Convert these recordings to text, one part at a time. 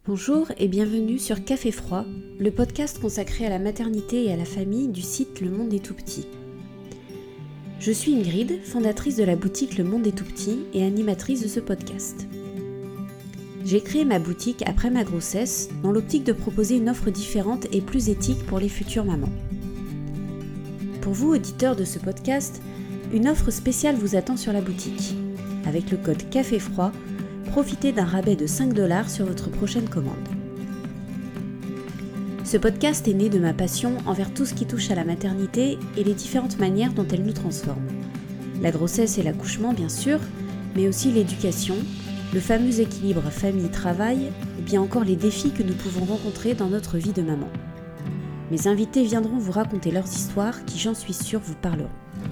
Bonjour et bienvenue sur Café Froid, le podcast consacré à la maternité et à la famille du site Le Monde est tout petit. Je suis Ingrid, fondatrice de la boutique Le Monde est tout petit et animatrice de ce podcast. J'ai créé ma boutique après ma grossesse dans l'optique de proposer une offre différente et plus éthique pour les futures mamans. Pour vous, auditeurs de ce podcast, une offre spéciale vous attend sur la boutique. Avec le code Café Froid, profitez d'un rabais de 5$ sur votre prochaine commande. Ce podcast est né de ma passion envers tout ce qui touche à la maternité et les différentes manières dont elle nous transforme. La grossesse et l'accouchement bien sûr, mais aussi l'éducation, le fameux équilibre famille-travail, ou bien encore les défis que nous pouvons rencontrer dans notre vie de maman. Mes invités viendront vous raconter leurs histoires qui, j'en suis sûre, vous parleront.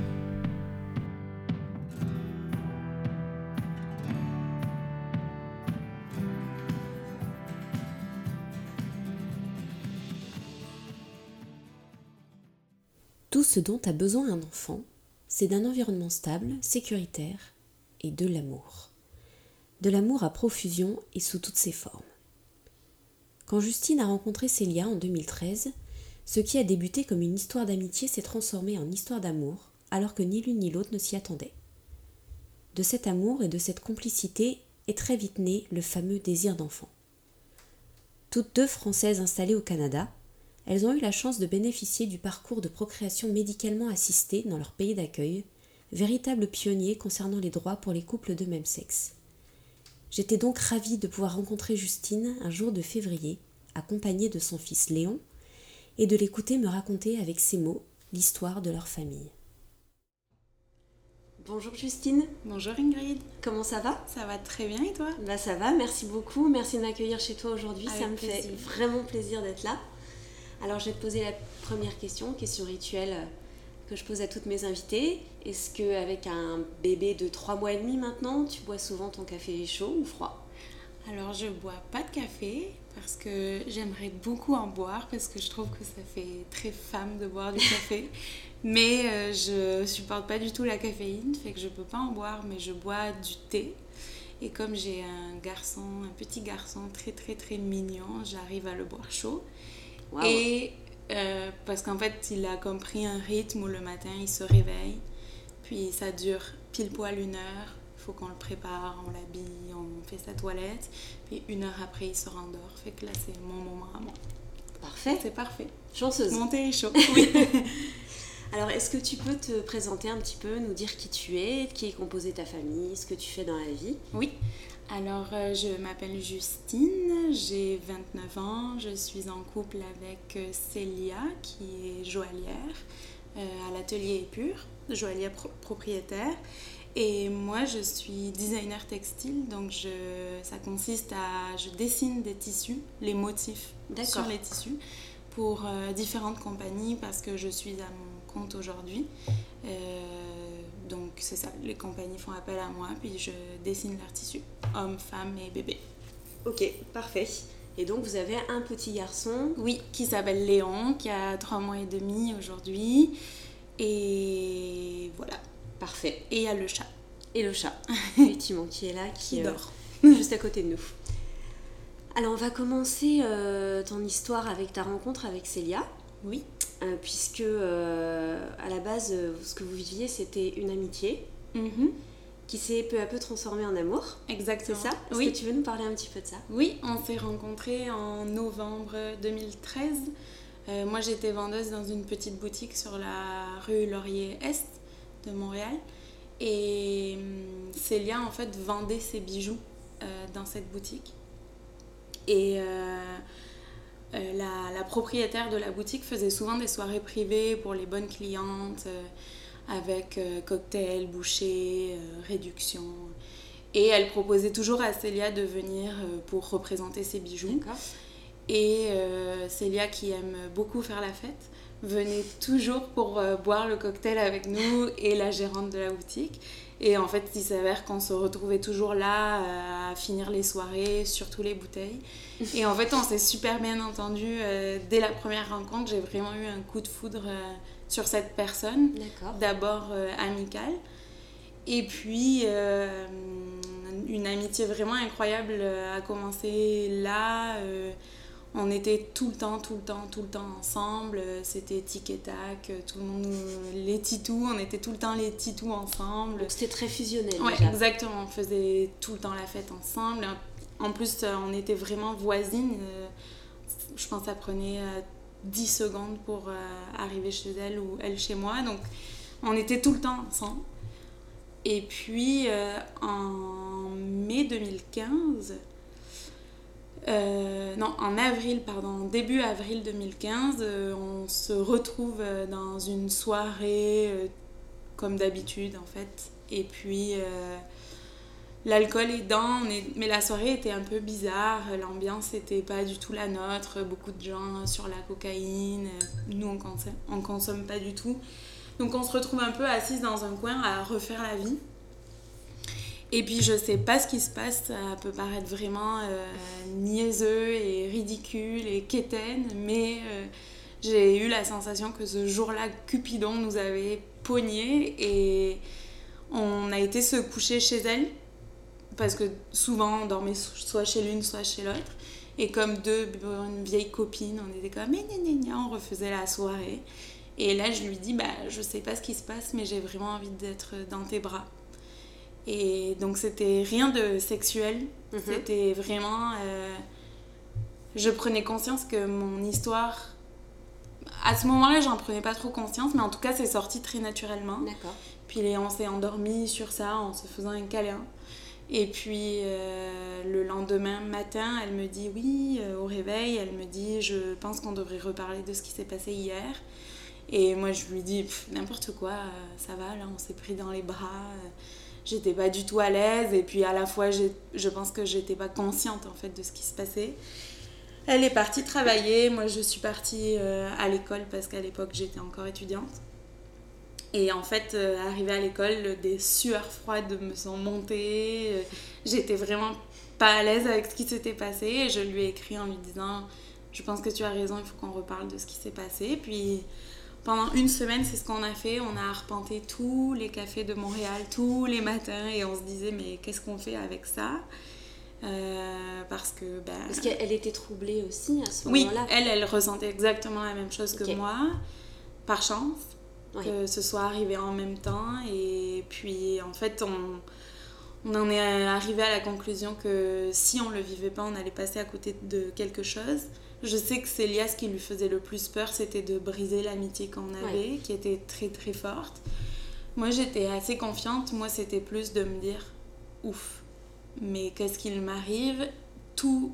Tout ce dont a besoin un enfant, c'est d'un environnement stable, sécuritaire et de l'amour. De l'amour à profusion et sous toutes ses formes. Quand Justine a rencontré Célia en 2013, ce qui a débuté comme une histoire d'amitié s'est transformé en histoire d'amour, alors que ni l'une ni l'autre ne s'y attendait. De cet amour et de cette complicité est très vite né le fameux désir d'enfant. Toutes deux Françaises installées au Canada, elles ont eu la chance de bénéficier du parcours de procréation médicalement assistée dans leur pays d'accueil, véritable pionnier concernant les droits pour les couples de même sexe. J'étais donc ravie de pouvoir rencontrer Justine un jour de février, accompagnée de son fils Léon, et de l'écouter me raconter avec ses mots l'histoire de leur famille. Bonjour Justine. Bonjour Ingrid. Comment ça va ? Ça va très bien et toi ? Ça va, merci beaucoup. Merci de m'accueillir chez toi aujourd'hui. Avec Ça me plaisir. fait vraiment plaisir d'être là. Alors je vais te poser la première question rituelle que je pose à toutes mes invitées. Est-ce qu'avec un bébé de 3 mois et demi maintenant, tu bois souvent ton café chaud ou froid ? Alors je bois pas de café parce que j'aimerais beaucoup en boire parce que je trouve que ça fait très femme de boire du café. Mais je supporte pas du tout la caféine, fait que je peux pas en boire, mais je bois du thé. Et comme j'ai un petit garçon très très très mignon, j'arrive à le boire chaud. Wow. Et parce qu'en fait, il a compris un rythme où le matin, il se réveille. Puis ça dure pile poil 1 heure. Il faut qu'on le prépare, on l'habille, on fait sa toilette. Puis 1 heure après, il se rendort. Fait que là, c'est mon moment à moi. Parfait. C'est parfait. Chanceuse. Mon thé est chaud. Oui. Alors, est-ce que tu peux te présenter un petit peu, nous dire qui tu es, qui est composée ta famille, ce que tu fais dans la vie ? Oui. Alors, je m'appelle Justine, j'ai 29 ans, je suis en couple avec Célia, qui est joaillière à l'atelier Épure, joaillière propriétaire. Et moi, je suis designer textile, donc ça consiste je dessine des tissus, les motifs sur les tissus, pour différentes compagnies, parce que je suis à mon compte aujourd'hui. Donc c'est ça, les compagnies font appel à moi, puis je dessine leurs tissus, hommes, femmes et bébés. Ok, parfait. Et donc vous avez un petit garçon ? Oui, qui s'appelle Léon, qui a 3 mois et demi aujourd'hui. Et voilà. Parfait. Et il y a le chat. Et le chat, effectivement, qui est là, qui dort. Juste à côté de nous. Alors on va commencer ton histoire avec ta rencontre avec Célia. Oui. Puisque à la base, ce que vous viviez, c'était une amitié qui s'est peu à peu transformée en amour. Exactement. C'est ça ? Est-ce que tu veux nous parler un petit peu de ça ? Oui, on s'est rencontrés en novembre 2013. Moi, j'étais vendeuse dans une petite boutique sur la rue Laurier-Est de Montréal. Et Célia, en fait, vendait ses bijoux dans cette boutique. Et la propriétaire de la boutique faisait souvent des soirées privées pour les bonnes clientes avec cocktails, bouchées, réduction. Et elle proposait toujours à Célia de venir pour représenter ses bijoux. D'accord. Et Célia, qui aime beaucoup faire la fête, venait toujours pour boire le cocktail avec nous et la gérante de la boutique. Et en fait, il s'avère qu'on se retrouvait toujours là à finir les soirées, surtout les bouteilles. Et en fait, on s'est super bien entendus dès la première rencontre. J'ai vraiment eu un coup de foudre sur cette personne. D'accord. D'abord amicale. Et puis, une amitié vraiment incroyable a commencé là. On était tout le temps ensemble. C'était tic et tac, tout le monde, les titous, on était tout le temps les titous ensemble. Donc c'était très fusionnel Ouais, déjà. exactement, on faisait tout le temps la fête ensemble. En plus, on était vraiment voisines. Je pense que ça prenait 10 secondes pour arriver chez elle ou elle chez moi. Donc on était tout le temps ensemble. Et puis en mai 2015... en avril, début avril 2015, on se retrouve dans une soirée comme d'habitude en fait. Et puis l'alcool aidant, mais la soirée était un peu bizarre, l'ambiance n'était pas du tout la nôtre, beaucoup de gens sur la cocaïne, nous on consomme pas du tout. Donc on se retrouve un peu assises dans un coin à refaire la vie. Et puis je sais pas ce qui se passe, ça peut paraître vraiment niaiseux et ridicule et quétaine, mais j'ai eu la sensation que ce jour-là, Cupidon nous avait pognés et on a été se coucher chez elle, parce que souvent on dormait soit chez l'une, soit chez l'autre. Et comme une vieille copine, on était comme on refaisait la soirée. Et là je lui dis, je sais pas ce qui se passe, mais j'ai vraiment envie d'être dans tes bras. Et donc c'était rien de sexuel, c'était vraiment... je prenais conscience que mon histoire... À ce moment-là, j'en prenais pas trop conscience, mais en tout cas, c'est sorti très naturellement. D'accord. Puis on s'est endormis sur ça en se faisant un câlin. Et puis le lendemain matin, elle me dit oui, au réveil, elle me dit je pense qu'on devrait reparler de ce qui s'est passé hier. Et moi, je lui dis n'importe quoi, ça va, là, on s'est pris dans les bras... J'étais pas du tout à l'aise et puis à la fois je pense que j'étais pas consciente en fait de ce qui se passait. Elle est partie travailler, moi je suis partie à l'école parce qu'à l'époque j'étais encore étudiante. Et en fait, arrivée à l'école, des sueurs froides me sont montées. J'étais vraiment pas à l'aise avec ce qui s'était passé et je lui ai écrit en lui disant je pense que tu as raison, il faut qu'on reparle de ce qui s'est passé. Puis pendant une semaine, c'est ce qu'on a fait. On a arpenté tous les cafés de Montréal, tous les matins, et on se disait, mais qu'est-ce qu'on fait avec ça ? Parce qu'elle était troublée aussi à ce oui, moment-là. Elle ressentait exactement la même chose que moi, par chance, que ce soit arrivé en même temps. Et puis, en fait, on en est arrivé à la conclusion que si on ne le vivait pas, on allait passer à côté de quelque chose. Je sais que Célia, ce qui lui faisait le plus peur, c'était de briser l'amitié qu'on avait, qui était très très forte. Moi, j'étais assez confiante. Moi, c'était plus de me dire, ouf, mais qu'est-ce qu'il m'arrive ? Toute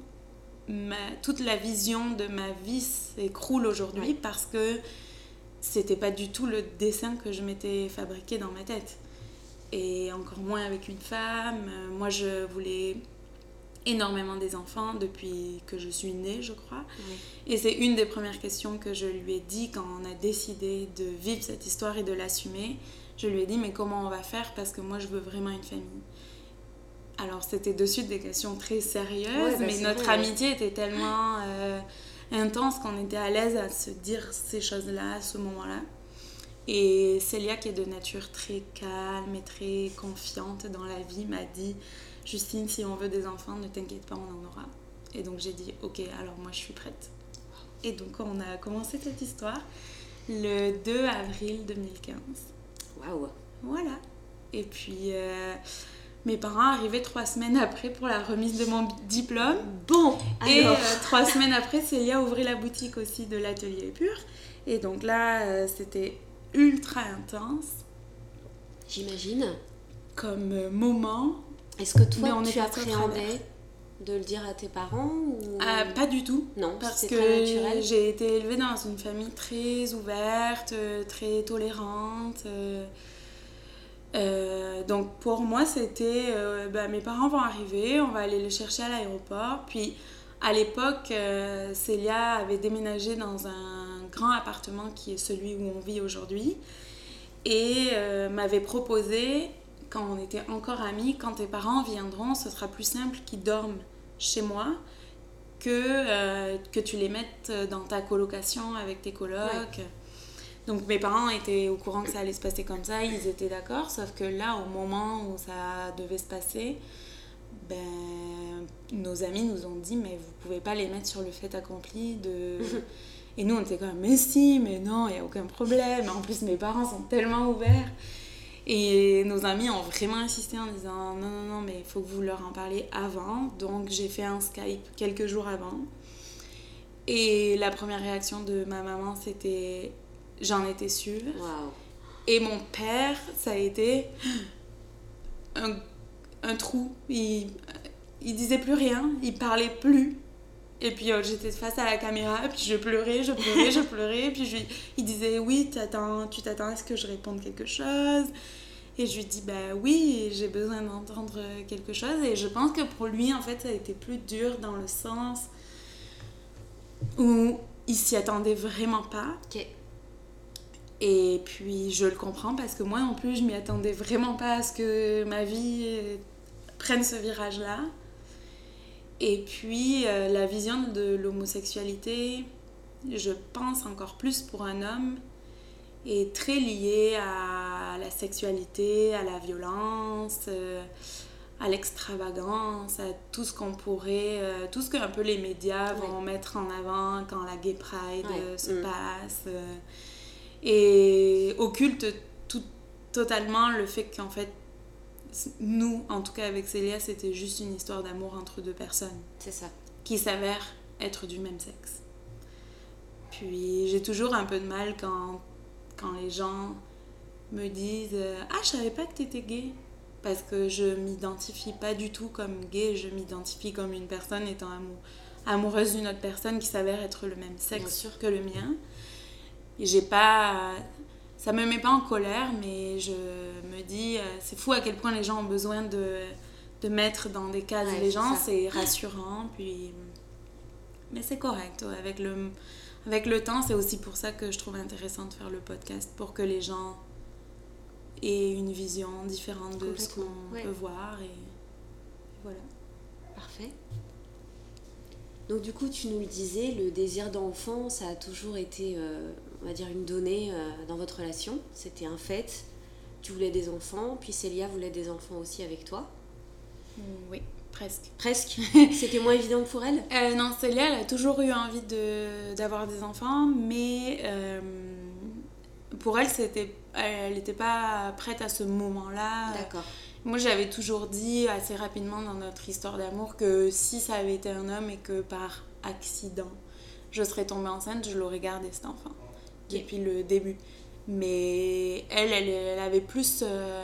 la vision de ma vie s'écroule aujourd'hui parce que c'était pas du tout le dessin que je m'étais fabriqué dans ma tête. Et encore moins avec une femme. Moi, je voulais... énormément des enfants depuis que je suis née, je crois. Oui. Et c'est une des premières questions que je lui ai dit quand on a décidé de vivre cette histoire et de l'assumer. Je lui ai dit, mais comment on va faire ? Parce que moi, je veux vraiment une famille. Alors, c'était de suite des questions très sérieuses, mais notre amitié était tellement intense qu'on était à l'aise à se dire ces choses-là à ce moment-là. Et Célia, qui est de nature très calme et très confiante dans la vie, m'a dit... Justine, si on veut des enfants, ne t'inquiète pas, on en aura. Et donc j'ai dit, ok, alors moi je suis prête. Et donc on a commencé cette histoire le 2 avril 2015. Waouh. Voilà. Et puis mes parents arrivaient 3 semaines après pour la remise de mon diplôme. Bon, alors. Et 3 semaines après, Célia ouvrit la boutique aussi de l'Atelier Pur. Et donc là, c'était ultra intense. J'imagine. Comme moment... Est-ce que toi, tu appréhendais de le dire à tes parents ou... Pas du tout. Non, parce c'est que très naturel. J'ai été élevée dans une famille très ouverte, très tolérante. Donc pour moi, c'était... mes parents vont arriver, on va aller les chercher à l'aéroport. Puis à l'époque, Célia avait déménagé dans un grand appartement qui est celui où on vit aujourd'hui. Et m'avait proposé... Quand on était encore amis, quand tes parents viendront, ce sera plus simple qu'ils dorment chez moi que tu les mettes dans ta colocation avec tes colocs. Ouais. Donc mes parents étaient au courant que ça allait se passer comme ça, ils étaient d'accord, sauf que là, au moment où ça devait se passer, nos amis nous ont dit mais vous pouvez pas les mettre sur le fait accompli de... Et nous on était comme mais si, mais non, il n'y a aucun problème. En plus mes parents sont tellement ouverts. Et nos amis ont vraiment insisté en disant non, mais il faut que vous leur en parliez avant. Donc j'ai fait un Skype quelques jours avant. Et la première réaction de ma maman, c'était j'en étais sûre. Waouh. Et mon père, ça a été un trou. Il disait plus rien, il parlait plus. Et puis j'étais face à la caméra, puis je pleurais. Puis il disait oui, tu t'attends à ce que je réponde quelque chose. Et je lui dis oui, j'ai besoin d'entendre quelque chose. Et je pense que pour lui, en fait, ça a été plus dur dans le sens où il s'y attendait vraiment pas. Ok. Et puis je le comprends parce que moi non plus, je m'y attendais vraiment pas à ce que ma vie prenne ce virage-là. Et puis la vision de l'homosexualité, je pense encore plus pour un homme, est très liée à la sexualité, à la violence, à l'extravagance, à tout ce qu'on pourrait, tout ce que un peu les médias vont mettre en avant quand la Gay Pride se passe. Et occulte totalement le fait qu'en fait, nous, en tout cas avec Célia, c'était juste une histoire d'amour entre deux personnes. C'est ça. Qui s'avèrent être du même sexe. Puis j'ai toujours un peu de mal quand les gens me disent « Ah, je savais pas que t'étais gay ». Parce que je m'identifie pas du tout comme gay, je m'identifie comme une personne étant amoureuse d'une autre personne qui s'avère être le même sexe que le mien. Et ça me met pas en colère, mais je me dis c'est fou à quel point les gens ont besoin de mettre dans des cases les gens, c'est rassurant, puis mais c'est correct. Avec le temps, c'est aussi pour ça que je trouve intéressant de faire le podcast, pour que les gens aient une vision différente de ce qu'on peut voir, et voilà. Parfait. Donc du coup, tu nous le disais, le désir d'enfant, ça a toujours été, on va dire, une donnée dans votre relation. C'était un fait. Tu voulais des enfants, puis Célia voulait des enfants aussi avec toi. Oui, presque. Presque. C'était moins évident que pour elle ? Non, Célia, elle a toujours eu envie d'avoir des enfants, mais pour elle, elle n'était pas prête à ce moment-là. D'accord. Moi, j'avais toujours dit assez rapidement dans notre histoire d'amour que si ça avait été un homme et que par accident, je serais tombée enceinte, je l'aurais gardé cet enfant depuis le début. Mais elle avait plus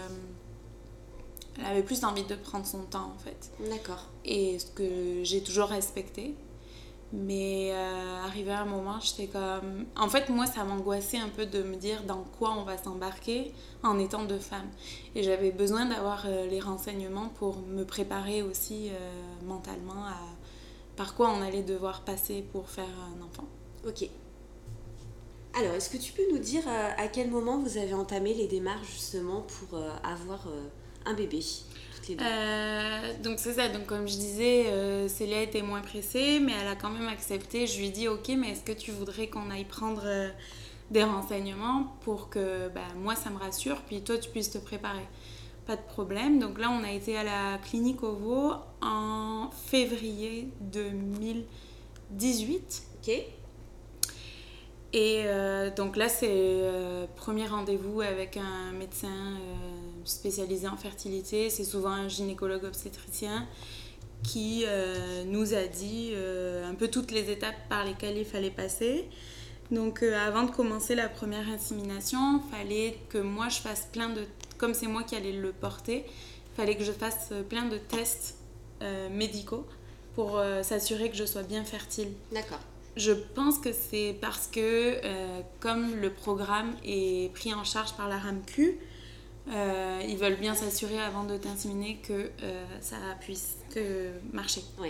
envie de prendre son temps, en fait. D'accord. Et ce que j'ai toujours respecté. Mais arrivé à un moment, j'étais comme... En fait, moi, ça m'angoissait un peu de me dire dans quoi on va s'embarquer en étant deux femmes. Et j'avais besoin d'avoir les renseignements pour me préparer aussi mentalement à par quoi on allait devoir passer pour faire un enfant. Ok. Alors, est-ce que tu peux nous dire à quel moment vous avez entamé les démarches justement pour avoir un bébé ? Donc c'est ça, donc comme je disais, Célia était moins pressée, mais elle a quand même accepté. Je lui ai dit ok, mais est-ce que tu voudrais qu'on aille prendre des renseignements pour que moi ça me rassure, puis toi tu puisses te préparer? Pas de problème. Donc là on a été à la clinique OVO en février 2018. Ok. Et donc là, c'est premier rendez-vous avec un médecin spécialisé en fertilité. C'est souvent un gynécologue obstétricien qui nous a dit un peu toutes les étapes par lesquelles il fallait passer. Donc avant de commencer la première insémination, il fallait que moi je fasse comme c'est moi qui allais le porter, il fallait que je fasse plein de tests médicaux pour s'assurer que je sois bien fertile. D'accord. Je pense que c'est parce que comme le programme est pris en charge par la RAMQ, ils veulent bien s'assurer avant de t'inséminer que ça puisse marcher. Oui.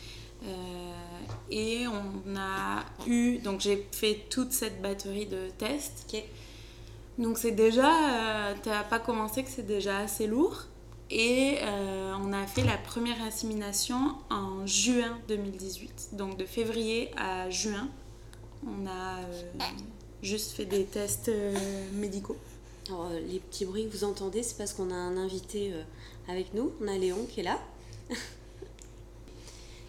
Et on a eu... Donc j'ai fait toute cette batterie de tests. Ok. Donc c'est déjà... t'as pas commencé que c'est déjà assez lourd. Et on a fait la première insémination en juin 2018. Donc de février à juin, on a juste fait des tests médicaux. Alors, les petits bruits que vous entendez, c'est parce qu'on a un invité avec nous. On a Léon qui est là.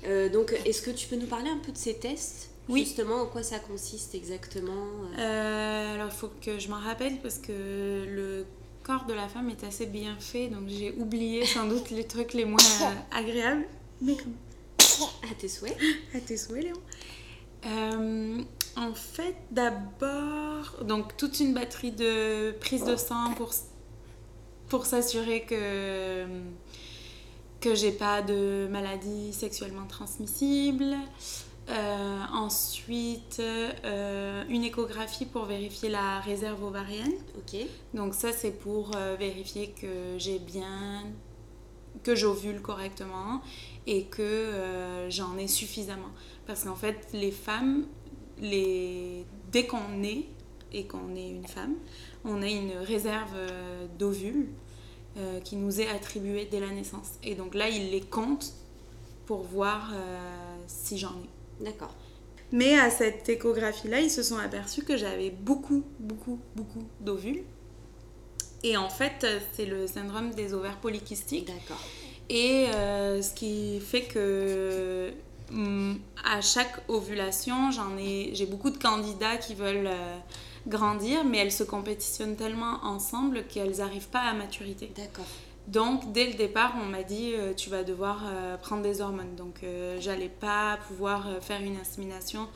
Donc, est-ce que tu peux nous parler un peu de ces tests ? Oui. Justement, en quoi ça consiste exactement ? Alors, il faut que je m'en rappelle parce que le corps de la femme est assez bien fait, donc j'ai oublié sans doute les trucs les moins agréables. Mais comment ? À tes souhaits. À tes souhaits, Léon. En fait, d'abord, donc toute une batterie de prise de sang pour s'assurer que j'ai pas de maladie sexuellement transmissible. Ensuite, une échographie pour vérifier la réserve ovarienne. Ok. Donc ça, c'est pour vérifier que que j'ovule correctement et que j'en ai suffisamment. Parce qu'en fait, les femmes, dès qu'on naît et qu'on est une femme, on a une réserve d'ovules qui nous est attribuée dès la naissance. Et donc là, ils les comptent pour voir si j'en ai. D'accord. Mais à cette échographie-là, ils se sont aperçus que j'avais beaucoup d'ovules. Et en fait, c'est le syndrome des ovaires polykystiques. D'accord. Et ce qui fait que à chaque ovulation, j'ai beaucoup de candidats qui veulent grandir, mais elles se compétitionnent tellement ensemble qu'elles n'arrivent pas à maturité. D'accord. Donc, dès le départ, on m'a dit tu vas devoir prendre des hormones. Donc, j'allais pas pouvoir faire une insémination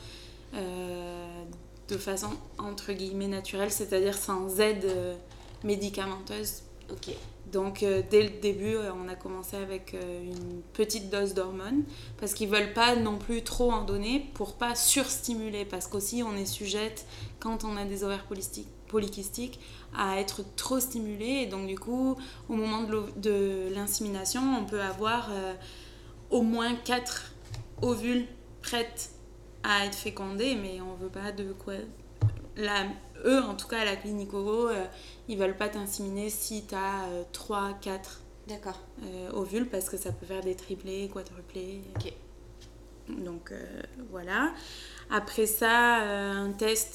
de façon entre guillemets naturelle, c'est-à-dire sans aide médicamenteuse. Ok. Donc, dès le début, on a commencé avec une petite dose d'hormones parce qu'ils veulent pas non plus trop en donner pour pas surstimuler. Parce qu'aussi, on est sujette, quand on a des ovaires polykystiques, à être trop stimulé. Et donc, du coup, au moment de l'insémination, on peut avoir au moins 4 ovules prêtes à être fécondés, mais on veut pas de quoi... Eux, en tout cas, à la clinique Oro, ils veulent pas t'inséminer si tu as 3, 4 D'accord. Ovules parce que ça peut faire des triplés, quadruplés. Ok. Donc, voilà. Après ça, un test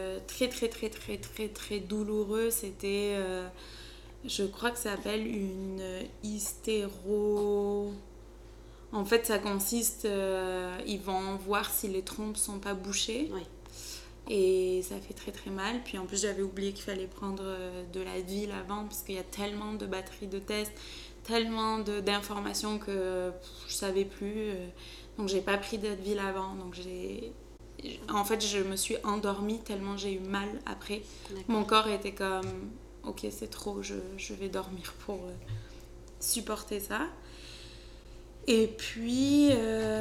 très douloureux, c'était, je crois que ça s'appelle une hystéro... En fait, ça consiste, ils vont voir si les trompes sont pas bouchées. Oui. Et ça fait très mal. Puis en plus, j'avais oublié qu'il fallait prendre de l'Advil avant parce qu'il y a tellement de batteries de tests, tellement d'informations que je savais plus. Donc, j'ai pas pris d'Advil avant. Donc, en fait, je me suis endormie tellement j'ai eu mal après. D'accord. Mon corps était comme, ok, c'est trop, je vais dormir pour supporter ça. Et puis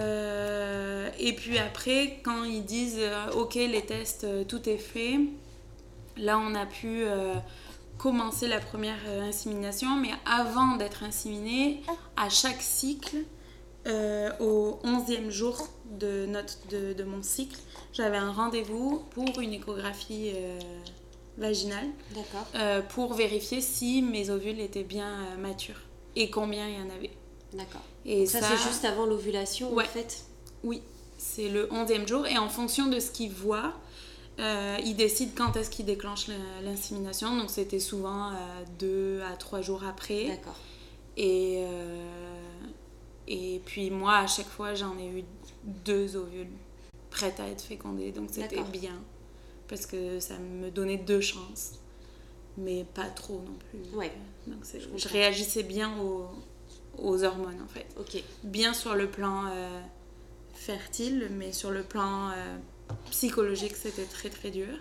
après, quand ils disent ok, les tests, tout est fait, là on a pu commencer la première insémination. Mais avant d'être inséminée, à chaque cycle, au 11e jour de mon cycle, j'avais un rendez-vous pour une échographie vaginale. D'accord. Pour vérifier si mes ovules étaient bien matures et combien il y en avait. D'accord. Et donc ça, c'est juste avant l'ovulation, ouais. En fait. Oui, c'est le 11e jour. Et en fonction de ce qu'ils voient, ils décident quand est-ce qu'ils déclenchent l'insémination. Donc, c'était souvent 2 à 3 jours après. D'accord. Et puis, moi, à chaque fois, j'en ai eu 2 ovules prêtes à être fécondées. Donc, c'était bien. Parce que ça me donnait 2 chances. Mais pas trop non plus. Ouais. Donc, je réagissais bien aux hormones, en fait. Ok. Bien sur le plan fertile, mais sur le plan psychologique, c'était très dur.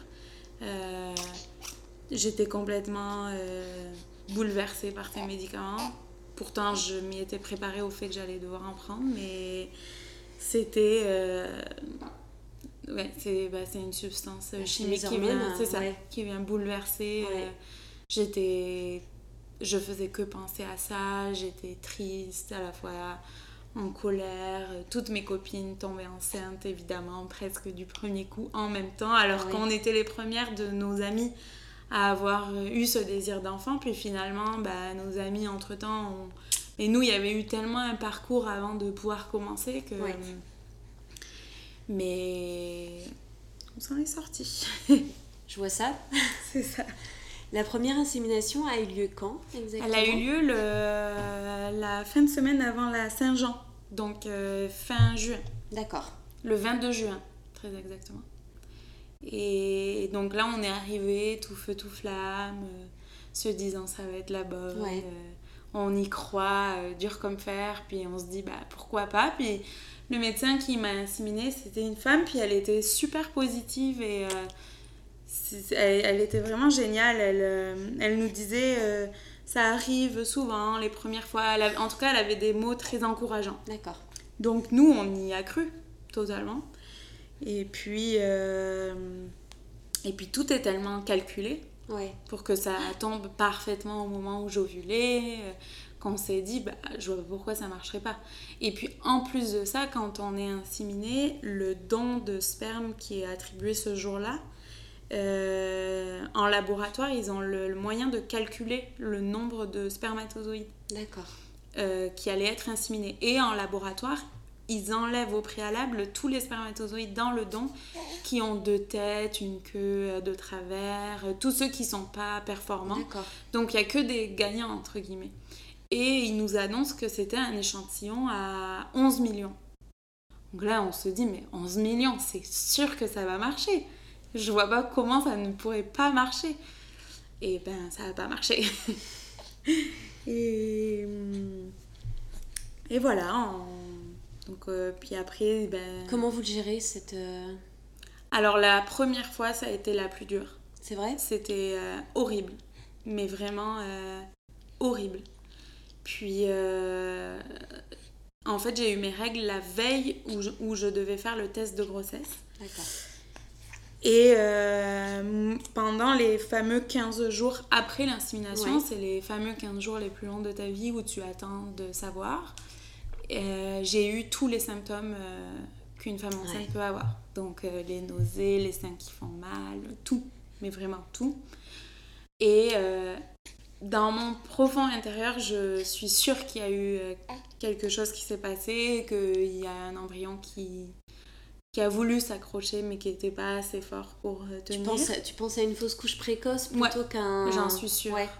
J'étais complètement bouleversée par ces médicaments. Pourtant, je m'y étais préparée au fait que j'allais devoir en prendre, mais c'était... ouais, c'est une substance chimique qui vient bouleverser. Ouais. Je faisais que penser à ça, j'étais triste, à la fois en colère. Toutes mes copines tombaient enceintes, évidemment, presque du premier coup en même temps, alors qu'on était les premières de nos amies à avoir eu ce désir d'enfant. Puis finalement, nos amis, entre-temps, et nous, il y avait eu tellement un parcours avant de pouvoir commencer que... Ouais. Mais on s'en est sortis. Je vois ça. C'est ça. La première insémination a eu lieu quand exactement ? Elle a eu lieu la fin de semaine avant la Saint-Jean. Donc fin juin. D'accord. Le 22 juin, très exactement. Et donc là, on est arrivé tout feu, tout flamme, se disant ça va être la bonne. Ouais. On y croit, dur comme fer. Puis on se dit, bah pourquoi pas. Puis le médecin qui m'a inséminée, c'était une femme. Puis elle était super positive et elle était vraiment géniale. Elle nous disait, ça arrive souvent les premières fois. En tout cas, elle avait des mots très encourageants. D'accord. Donc nous, on y a cru totalement. Et puis tout est tellement calculé pour que ça tombe parfaitement au moment où j'ovulais, qu'on s'est dit, bah, je vois pas pourquoi ça marcherait pas. Et puis en plus de ça, quand on est inséminé, le don de sperme qui est attribué ce jour-là, en laboratoire, ils ont le moyen de calculer le nombre de spermatozoïdes. D'accord. Qui allaient être inséminés. Et en laboratoire, ils enlèvent au préalable tous les spermatozoïdes dans le don qui ont 2 têtes, une queue de travers, tous ceux qui ne sont pas performants. D'accord. Donc il n'y a que des gagnants, entre guillemets. Et ils nous annoncent que c'était un échantillon à 11 millions. Donc là, on se dit, mais 11 millions, c'est sûr que ça va marcher. Je vois pas comment ça ne pourrait pas marcher. Et ben, ça n'a pas marché. Et voilà. Donc, puis après, ben... Comment vous le gérez cette... Alors la première fois, ça a été la plus dure. C'est vrai ? C'était horrible. Mais vraiment horrible. Puis, en fait, j'ai eu mes règles la veille où je devais faire le test de grossesse. D'accord. Et pendant les fameux 15 jours après l'insémination, c'est les fameux 15 jours les plus longs de ta vie où tu attends de savoir, j'ai eu tous les symptômes qu'une femme enceinte peut avoir. Donc les nausées, les seins qui font mal, tout, mais vraiment tout. Et dans mon profond intérieur, je suis sûre qu'il y a eu quelque chose qui s'est passé, qu'il y a un embryon qui a voulu s'accrocher mais qui n'était pas assez fort pour tenir. Tu penses à une fausse couche précoce plutôt qu'un... J'en suis sûre. Ouais.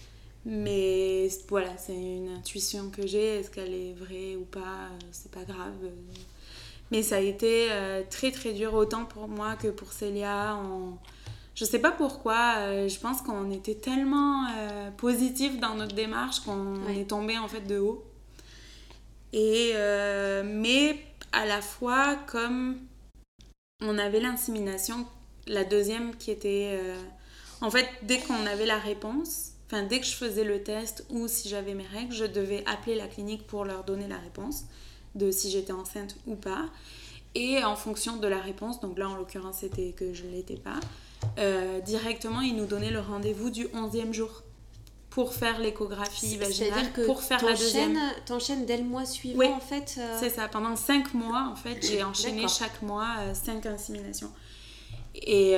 Mais voilà, c'est une intuition que j'ai. Est-ce qu'elle est vraie ou pas, c'est pas grave. Mais ça a été très très dur, autant pour moi que pour Célia. Je sais pas pourquoi, je pense qu'on était tellement positifs dans notre démarche qu'on est tombé en fait de haut. Et mais à la fois, comme on avait l'insémination, la deuxième qui était... en fait, dès qu'on avait la réponse, enfin dès que je faisais le test ou si j'avais mes règles, je devais appeler la clinique pour leur donner la réponse de si j'étais enceinte ou pas. Et en fonction de la réponse, donc là en l'occurrence c'était que je ne l'étais pas, directement ils nous donnaient le rendez-vous du 11e jour pour faire l'échographie vaginale, que pour faire la deuxième. T'enchaînes dès le mois suivant en fait C'est ça, pendant 5 mois en fait, j'ai enchaîné chaque mois 5 inséminations. Et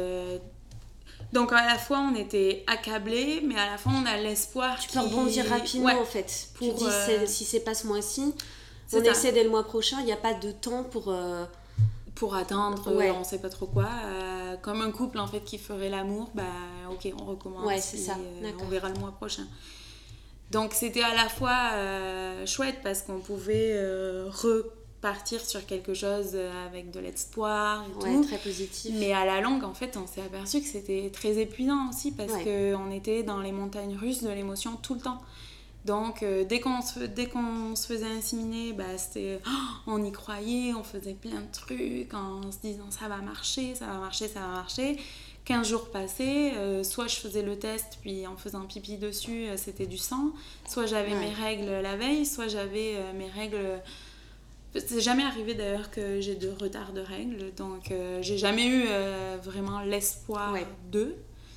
donc à la fois on était accablés, mais à la fois on a l'espoir tu peux rebondir rapidement en fait. Tu dis si c'est pas ce mois-ci, on essaie dès le mois prochain, il n'y a pas de temps pour attendre, on sait pas trop quoi. Comme un couple en fait qui ferait l'amour, bah ok, on recommence. Ouais, c'est ça. On verra le mois prochain. Donc c'était à la fois chouette parce qu'on pouvait repartir sur quelque chose avec de l'espoir et tout. Très positif. Mais à la longue, en fait, on s'est aperçu que c'était très épuisant aussi parce qu'on était dans les montagnes russes de l'émotion tout le temps. Donc, dès qu'on se faisait inséminer, bah, c'était, on y croyait, on faisait plein de trucs en se disant ça va marcher, ça va marcher, ça va marcher. 15 jours passés, soit je faisais le test, puis en faisant pipi dessus, c'était du sang. Soit j'avais mes règles la veille, soit j'avais mes règles... C'est jamais arrivé d'ailleurs que j'ai de retard de règles, donc j'ai jamais eu vraiment l'espoir d'eux.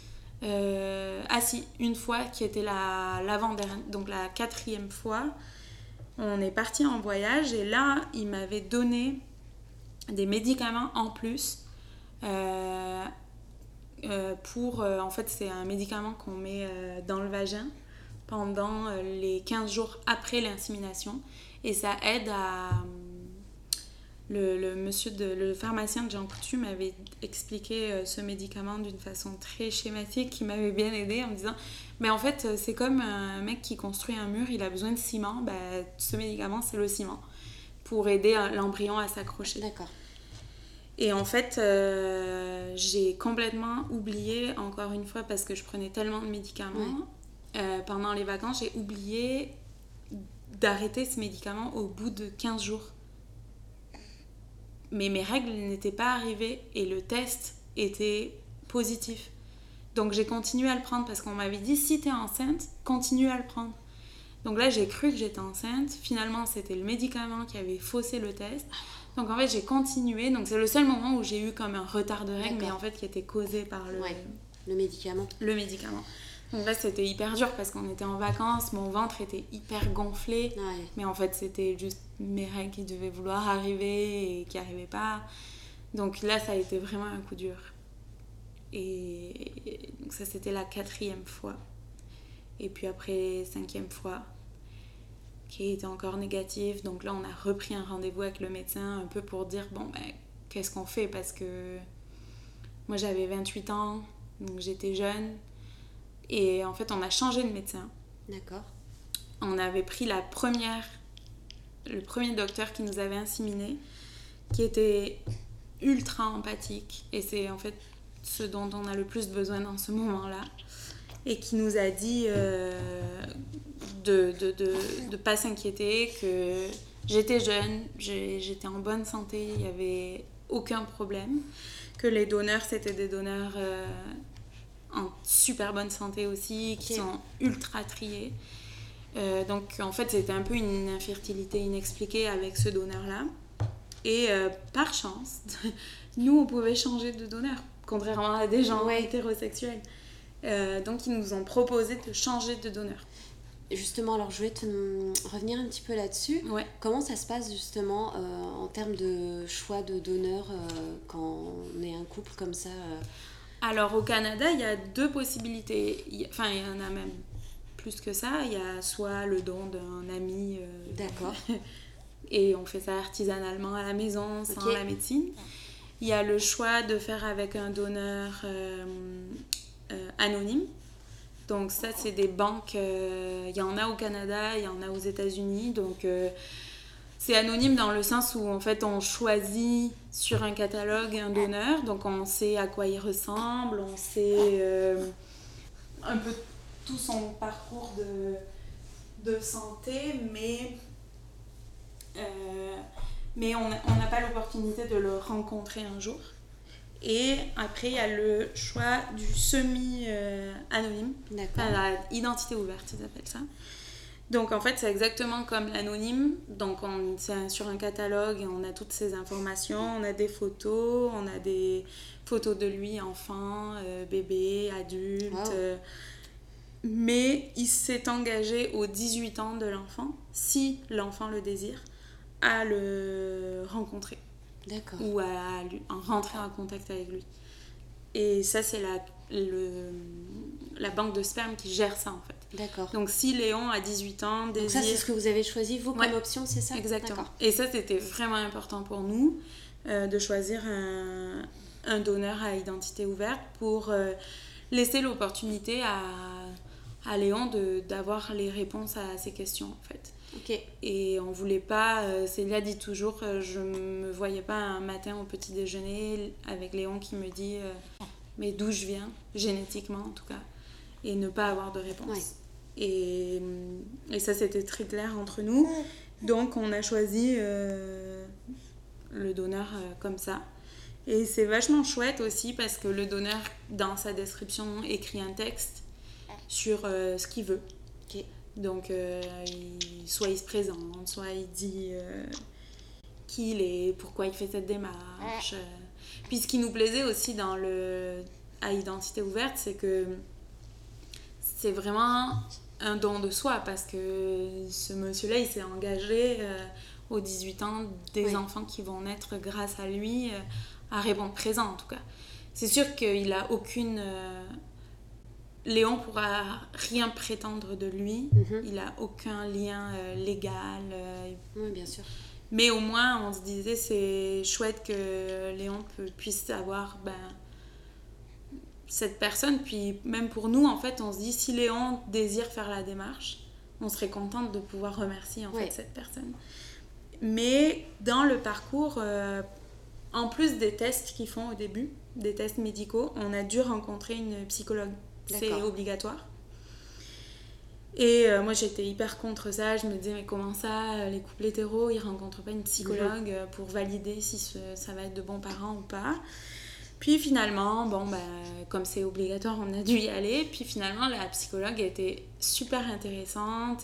Ah si, une fois qui était l'avant-dernière, donc la 4e fois, on est parti en voyage et là il m'avait donné des médicaments en plus pour en fait c'est un médicament qu'on met dans le vagin pendant les 15 jours après l'insémination et ça aide à... Le pharmacien de Jean Coutu m'avait expliqué ce médicament d'une façon très schématique qui m'avait bien aidée en me disant mais en fait c'est comme un mec qui construit un mur, il a besoin de ciment, bah, ce médicament c'est le ciment. pour aider l'embryon à s'accrocher. D'accord. Et en fait, j'ai complètement oublié, encore une fois, parce que je prenais tellement de médicaments, pendant les vacances, j'ai oublié d'arrêter ce médicament au bout de 15 jours. Mais mes règles n'étaient pas arrivées et le test était positif. Donc j'ai continué à le prendre parce qu'on m'avait dit si t'es enceinte, continue à le prendre. Donc là j'ai cru que j'étais enceinte. Finalement c'était le médicament qui avait faussé le test. Donc en fait j'ai continué. Donc c'est le seul moment où j'ai eu comme un retard de règles, mais en fait qui était causé par le médicament. Le médicament. Donc là c'était hyper dur parce qu'on était en vacances, mon ventre était hyper gonflé. Ouais. Mais en fait c'était juste mes règles qui devaient vouloir arriver et qui n'arrivaient pas. Donc là ça a été vraiment un coup dur. Et donc ça c'était la 4e fois. Et puis après 5e fois qui était encore négative. Donc là on a repris un rendez-vous avec le médecin un peu pour dire bon ben qu'est-ce qu'on fait, parce que moi j'avais 28 ans donc j'étais jeune. Et en fait, on a changé de médecin. D'accord. On avait pris le premier docteur qui nous avait inséminé, qui était ultra empathique. Et c'est en fait ce dont on a le plus besoin dans ce moment-là. Et qui nous a dit de pas s'inquiéter, que j'étais jeune, j'étais en bonne santé, il n'y avait aucun problème. Que les donneurs, c'était des donneurs... en super bonne santé aussi, qui sont ultra triés. Donc en fait c'était un peu une infertilité inexpliquée avec ce donneur-là. Et par chance, nous on pouvait changer de donneur, contrairement à des gens hétérosexuels. Donc ils nous ont proposé de changer de donneur. Justement, alors je voulais revenir un petit peu là-dessus. Ouais. Comment ça se passe justement en termes de choix de donneur quand on est un couple comme ça Alors au Canada, il y a 2 possibilités. Enfin, il y en a même plus que ça. Il y a soit le don d'un ami. D'accord. Et on fait ça artisanalement à la maison, sans la médecine. Il y a le choix de faire avec un donneur anonyme. Donc ça, c'est des banques. Il y en a au Canada, il y en a aux États-Unis. Donc... c'est anonyme dans le sens où en fait on choisit sur un catalogue un donneur, donc on sait à quoi il ressemble, on sait un peu tout son parcours de santé, mais on n'a pas l'opportunité de le rencontrer un jour. Et après il y a le choix du semi-anonyme, enfin, la identité ouverte, ils appellent ça. Donc en fait c'est exactement comme l'anonyme, donc c'est sur un catalogue et on a toutes ces informations, on a des photos, on a des photos de lui enfant, bébé, adulte, mais il s'est engagé aux 18 ans de l'enfant, si l'enfant le désire, à le rencontrer. D'accord. Ou à rentrer en contact avec lui. Et ça c'est la banque de sperme qui gère ça en fait. D'accord. Donc si Léon a 18 ans désire... Donc ça c'est ce que vous avez choisi vous comme option, c'est ça? Exactement. D'accord. Et ça c'était vraiment important pour nous de choisir un donneur à identité ouverte pour laisser l'opportunité à Léon d'avoir les réponses à ses questions en fait. Ok. Et on voulait pas, Célia dit toujours, je me voyais pas un matin au petit déjeuner avec Léon qui me dit mais d'où je viens, génétiquement en tout cas, et ne pas avoir de réponse. Ouais. Et ça c'était très clair entre nous, donc on a choisi le donneur comme ça. Et c'est vachement chouette aussi parce que le donneur dans sa description écrit un texte sur ce qu'il veut. Okay. Donc soit il se présente, soit il dit qui il est, pourquoi il fait cette démarche. Puis ce qui nous plaisait aussi à identité ouverte, c'est que c'est vraiment un don de soi parce que ce monsieur-là, il s'est engagé aux 18 ans des enfants qui vont naître grâce à lui à répondre présent en tout cas. C'est sûr qu'il n'a aucune... Léon pourra rien prétendre de lui, il n'a aucun lien légal. Oui, bien sûr. Mais au moins, on se disait, c'est chouette que Léon puisse avoir cette personne. Puis même pour nous, en fait, on se dit, si Léon désire faire la démarche, on serait contente de pouvoir remercier en fait cette personne. Mais dans le parcours, en plus des tests qu'ils font au début, des tests médicaux, on a dû rencontrer une psychologue. D'accord. C'est obligatoire. Et moi j'étais hyper contre ça, je me disais mais comment ça, les couples hétéros ils rencontrent pas une psychologue pour valider si ça va être de bons parents ou pas. Puis finalement, comme c'est obligatoire on a dû y aller, puis finalement la psychologue était super intéressante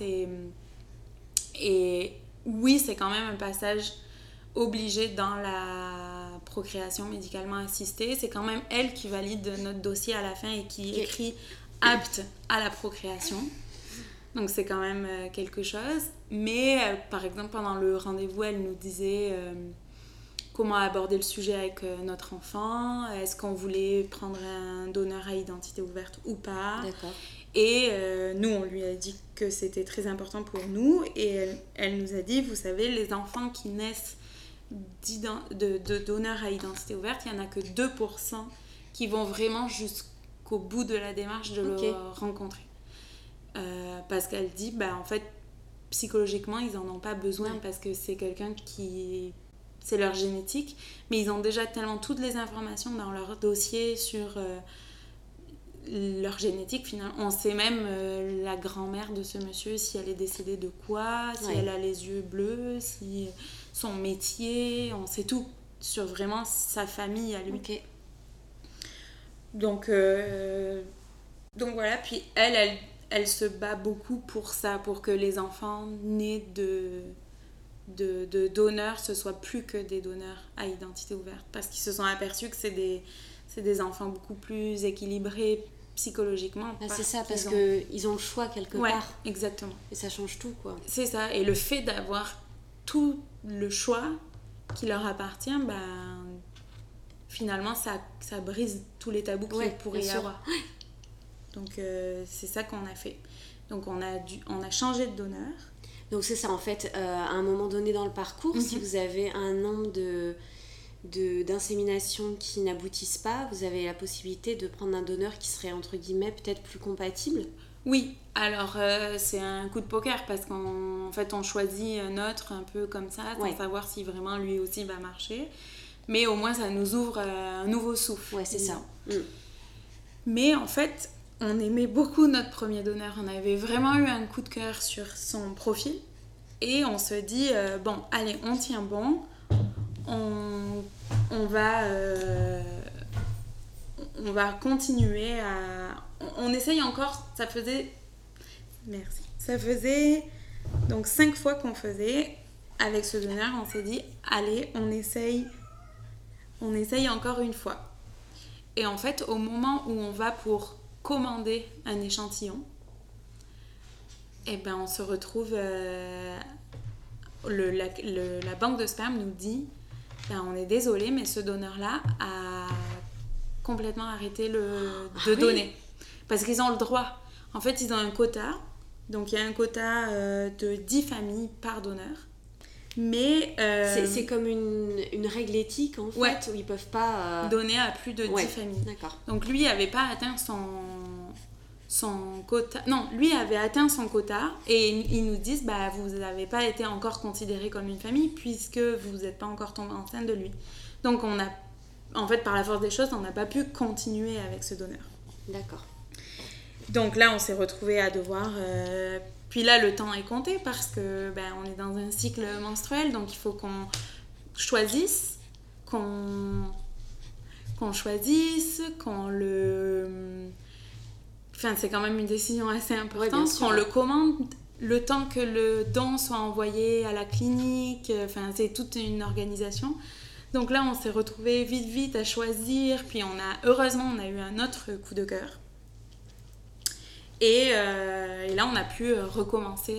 et oui c'est quand même un passage obligé dans la procréation médicalement assistée, c'est quand même elle qui valide notre dossier à la fin et qui écrit apte à la procréation. Donc c'est quand même quelque chose. Mais par exemple, pendant le rendez-vous, elle nous disait comment aborder le sujet avec notre enfant. Est-ce qu'on voulait prendre un donneur à identité ouverte ou pas. D'accord. Et nous, on lui a dit que c'était très important pour nous. Et elle nous a dit, vous savez, les enfants qui naissent de donneurs à identité ouverte, il n'y en a que 2% qui vont vraiment jusqu'au bout de la démarche de le rencontrer. Parce qu'elle dit en fait psychologiquement ils en ont pas besoin parce que c'est quelqu'un qui c'est leur génétique, mais ils ont déjà tellement toutes les informations dans leur dossier sur leur génétique. Finalement on sait même la grand-mère de ce monsieur, si elle est décédée de quoi, si elle a les yeux bleus, si son métier, on sait tout sur vraiment sa famille à lui. Donc voilà, puis elle se bat beaucoup pour ça, pour que les enfants nés de donneurs, ce soit plus que des donneurs à identité ouverte. Parce qu'ils se sont aperçus que c'est des enfants beaucoup plus équilibrés psychologiquement. C'est ça, parce qu'ils ont le choix quelque part. Exactement. Et ça change tout, quoi. C'est ça, et le fait d'avoir tout le choix qui leur appartient, finalement, ça brise tous les tabous qu'il pourrait y avoir. Donc c'est ça qu'on a fait. Donc on a changé de donneur. Donc c'est ça en fait, à un moment donné dans le parcours, si vous avez un nombre d'inséminations qui n'aboutissent pas, vous avez la possibilité de prendre un donneur qui serait entre guillemets peut-être plus compatible. Oui, alors c'est un coup de poker parce qu'en fait on choisit un autre un peu comme ça, sans savoir si vraiment lui aussi va marcher. Mais au moins ça nous ouvre un nouveau souffle. Ouais, c'est ça. Mais en fait, on aimait beaucoup notre premier donneur. On avait vraiment eu un coup de cœur sur son profil. Et on se dit, allez, on tient bon. On va continuer à... On essaye encore, ça faisait donc 5 fois qu'on faisait. Avec ce donneur, on s'est dit, allez, on essaye encore une fois. Et en fait, au moment où on va pour commander un échantillon, on se retrouve... la banque de sperme nous dit, on est désolé, mais ce donneur-là a complètement arrêté de donner. Parce qu'ils ont le droit. En fait, ils ont un quota. Donc, il y a un quota de 10 familles par donneur. Mais c'est comme une règle éthique en fait, où ils peuvent pas donner à plus de 10 familles. D'accord. Donc lui n'avait pas atteint son quota. Non, lui avait atteint son quota et ils nous disent vous n'avez pas été encore considéré comme une famille puisque vous n'êtes pas encore tombé enceinte de lui. Donc en fait par la force des choses, on n'a pas pu continuer avec ce donneur. D'accord. Donc là on s'est retrouvés à devoir puis là, le temps est compté parce que on est dans un cycle menstruel, donc il faut qu'on choisisse, qu'on le... Enfin, c'est quand même une décision assez importante, qu'on le commande, le temps que le don soit envoyé à la clinique, c'est toute une organisation. Donc là, on s'est retrouvés vite à choisir, puis heureusement, on a eu un autre coup de cœur. Et là, on a pu recommencer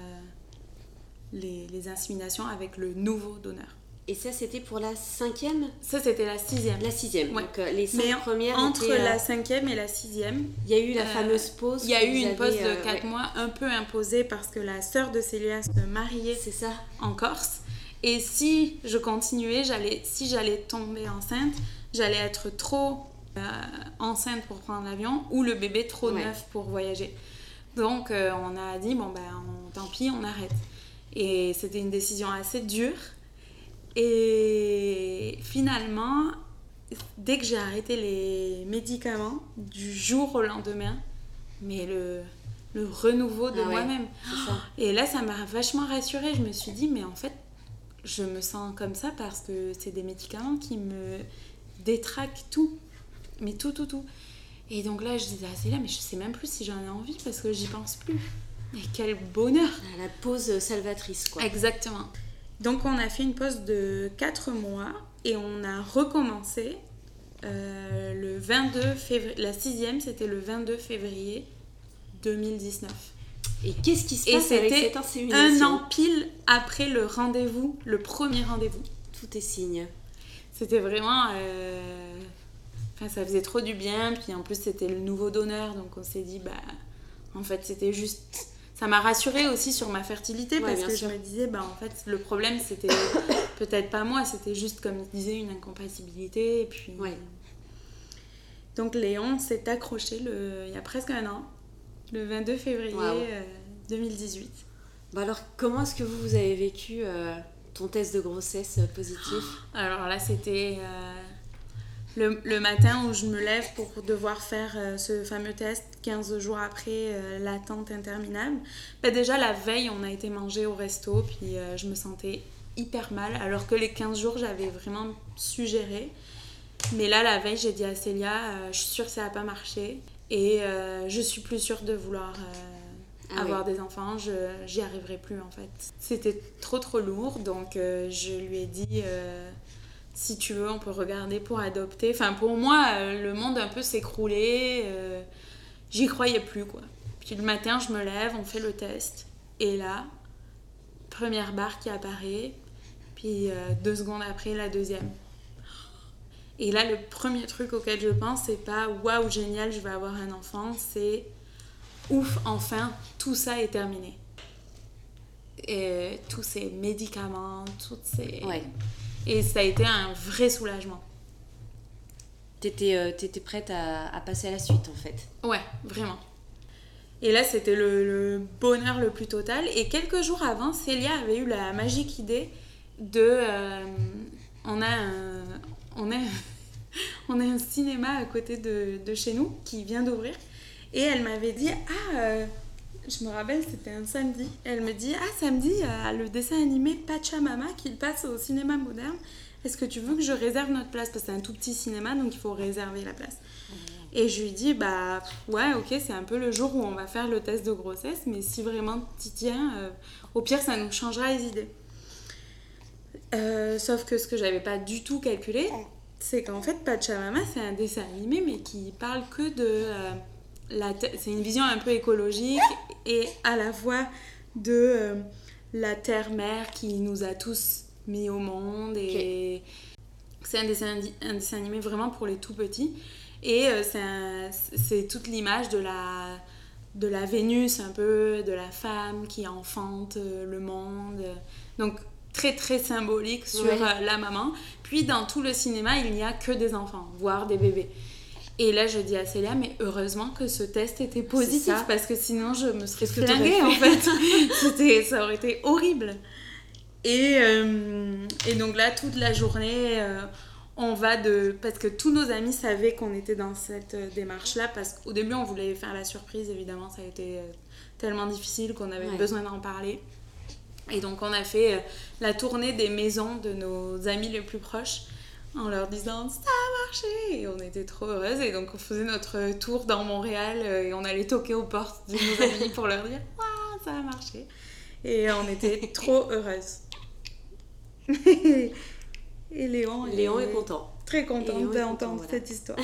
les inséminations avec le nouveau donneur. Et ça, c'était pour la 5e ? Ça, c'était la 6e. La 6e, ouais. Donc les 5 premières entre la 5e et la 6e... Il y a eu la fameuse pause. Il y a eu une pause de 4 mois un peu imposée parce que la sœur de Célia se mariait en Corse. Et si je continuais, si j'allais tomber enceinte, j'allais être trop... enceinte pour prendre l'avion ou le bébé trop neuf pour voyager. Donc on a dit tant pis, on arrête. Et c'était une décision assez dure. Et finalement, dès que j'ai arrêté les médicaments, du jour au lendemain, mais le renouveau de moi-même. C'est ça. Et là, ça m'a vachement rassurée. Je me suis dit, mais en fait, je me sens comme ça parce que c'est des médicaments qui me détraquent tout. Mais tout. Et donc là, je disais, c'est là, mais je sais même plus si j'en ai envie parce que j'y pense plus. Et quel bonheur! La pause salvatrice, quoi. Exactement. Donc on a fait une pause de 4 mois et on a recommencé le 22 février. La 6e, c'était le 22 février 2019. Et qu'est-ce qui se passe avec cette insémination? Et c'était 1 an pile après le rendez-vous, le premier rendez-vous. Tout est signe. C'était vraiment... Enfin, ça faisait trop du bien. Puis en plus, c'était le nouveau donneur. Donc on s'est dit, en fait, c'était juste... Ça m'a rassurée aussi sur ma fertilité parce que je me disais, en fait, le problème, c'était peut-être pas moi, c'était juste, comme je disais, une incompatibilité. Et puis... Ouais. Donc Léon s'est accroché il y a presque 1 an, le 22 février 2018. Alors, comment est-ce que vous avez vécu ton test de grossesse positif? Alors là, c'était... Le matin où je me lève pour devoir faire ce fameux test, 15 jours après l'attente interminable. Déjà, la veille, on a été manger au resto, puis je me sentais hyper mal, alors que les 15 jours, j'avais vraiment su gérer. Mais là, la veille, j'ai dit à Célia, je suis sûre que ça va pas marcher, et je suis plus sûre de vouloir avoir des enfants, j'y arriverai plus en fait. C'était trop lourd, donc je lui ai dit... si tu veux, on peut regarder pour adopter. Enfin, pour moi, le monde un peu s'écroulait. J'y croyais plus, quoi. Puis le matin, je me lève, on fait le test. Et là, première barre qui apparaît. Puis 2 secondes après, la deuxième. Et là, le premier truc auquel je pense, c'est pas « Waouh, génial, je vais avoir un enfant ». C'est « Ouf, enfin, tout ça est terminé ». Et tous ces médicaments, toutes ces... Ouais. Et ça a été un vrai soulagement. T'étais prête à passer à la suite, en fait. Ouais, vraiment. Et là, c'était le bonheur le plus total. Et quelques jours avant, Célia avait eu la magique idée de... on a un cinéma à côté de chez nous qui vient d'ouvrir. Et elle m'avait dit, je me rappelle, c'était un samedi. Elle me dit, samedi, le dessin animé Pachamama qui passe au cinéma moderne. Est-ce que tu veux que je réserve notre place? Parce que c'est un tout petit cinéma, donc il faut réserver la place. Et je lui dis, ouais, ok, c'est un peu le jour où on va faire le test de grossesse, mais si vraiment t'y tiens, au pire, ça nous changera les idées. Sauf que ce que j'avais pas du tout calculé, c'est qu'en fait, Pachamama, c'est un dessin animé, mais qui parle que de... c'est une vision un peu écologique et à la fois de la terre-mère qui nous a tous mis au monde. Et c'est un dessin animé vraiment pour les tout petits. Et c'est toute l'image de la Vénus, un peu, de la femme qui enfante le monde. Donc, très, très symbolique sur la maman. Puis, dans tout le cinéma, il n'y a que des enfants, voire des bébés. Et là, je dis à Célia, mais heureusement que ce test était positif, parce que sinon, je me serais flinguée, en fait. Ça aurait été horrible. Et donc là, toute la journée, on va parce que tous nos amis savaient qu'on était dans cette démarche-là, parce qu'au début, on voulait faire la surprise, évidemment, ça a été tellement difficile qu'on avait besoin d'en parler. Et donc, on a fait la tournée des maisons de nos amis les plus proches, en leur disant « ça a marché !» Et on était trop heureuses. Et donc, on faisait notre tour dans Montréal et on allait toquer aux portes de nos amis pour leur dire « waouh, ça a marché !» Et on était trop heureuses. Et Léon est content. Très content d'entendre cette histoire.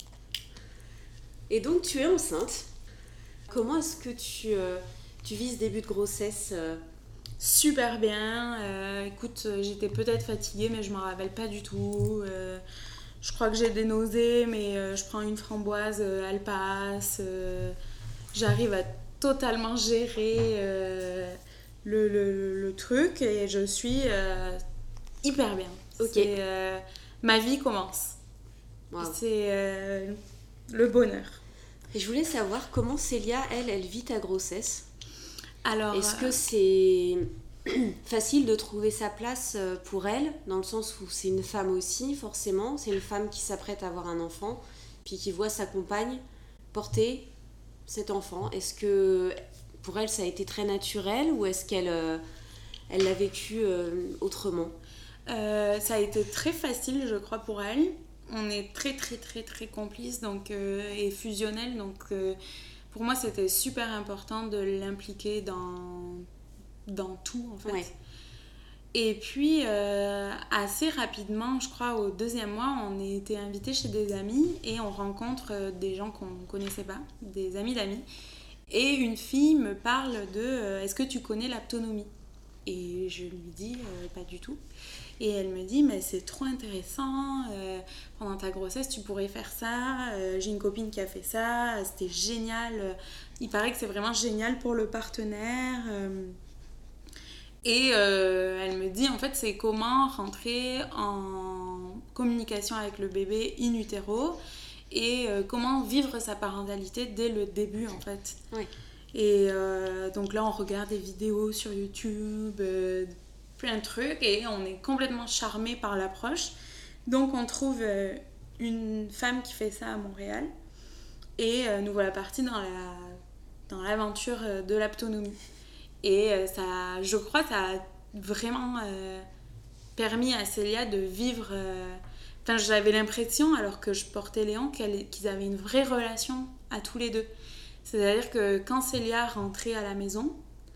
Et donc, tu es enceinte. Comment est-ce que tu vis ce début de grossesse Super bien. Écoute, j'étais peut-être fatiguée, mais je ne m'en rappelle pas du tout. Je crois que j'ai des nausées, mais je prends une framboise, elle passe. J'arrive à totalement gérer le truc et je suis hyper bien. Okay. Ma vie commence. Wow. C'est le bonheur. Et je voulais savoir comment Célia, elle vit ta grossesse. Alors, est-ce que c'est facile de trouver sa place pour elle, dans le sens où c'est une femme aussi, forcément. C'est une femme qui s'apprête à avoir un enfant, puis qui voit sa compagne porter cet enfant. Est-ce que pour elle, ça a été très naturel ou est-ce qu'elle elle l'a vécu autrement? Ça a été très facile, je crois, pour elle. On est très, très, très, très complices donc, et fusionnels. Donc, pour moi, c'était super important de l'impliquer dans tout, en fait. Ouais. Et puis, assez rapidement, je crois, au 2e mois, on a été invités chez des amis et on rencontre des gens qu'on ne connaissait pas, des amis d'amis. Et une fille me parle de est-ce que tu connais l'aptonomie? Et je lui dis pas du tout. Et elle me dit mais c'est trop intéressant, pendant ta grossesse tu pourrais faire ça, j'ai une copine qui a fait ça, c'était génial, il paraît que c'est vraiment génial pour le partenaire. Et elle me dit en fait c'est comment rentrer en communication avec le bébé in utero et comment vivre sa parentalité dès le début en fait. Oui. Et donc là on regarde des vidéos sur YouTube, plein de trucs et on est complètement charmé par l'approche. Donc on trouve une femme qui fait ça à Montréal et nous voilà partis dans l'aventure de l'aptonomie. Et ça, je crois que ça a vraiment permis à Célia de vivre... Enfin, j'avais l'impression, alors que je portais Léon, qu'ils avaient une vraie relation à tous les deux. C'est-à-dire que quand Célia rentrait à la maison,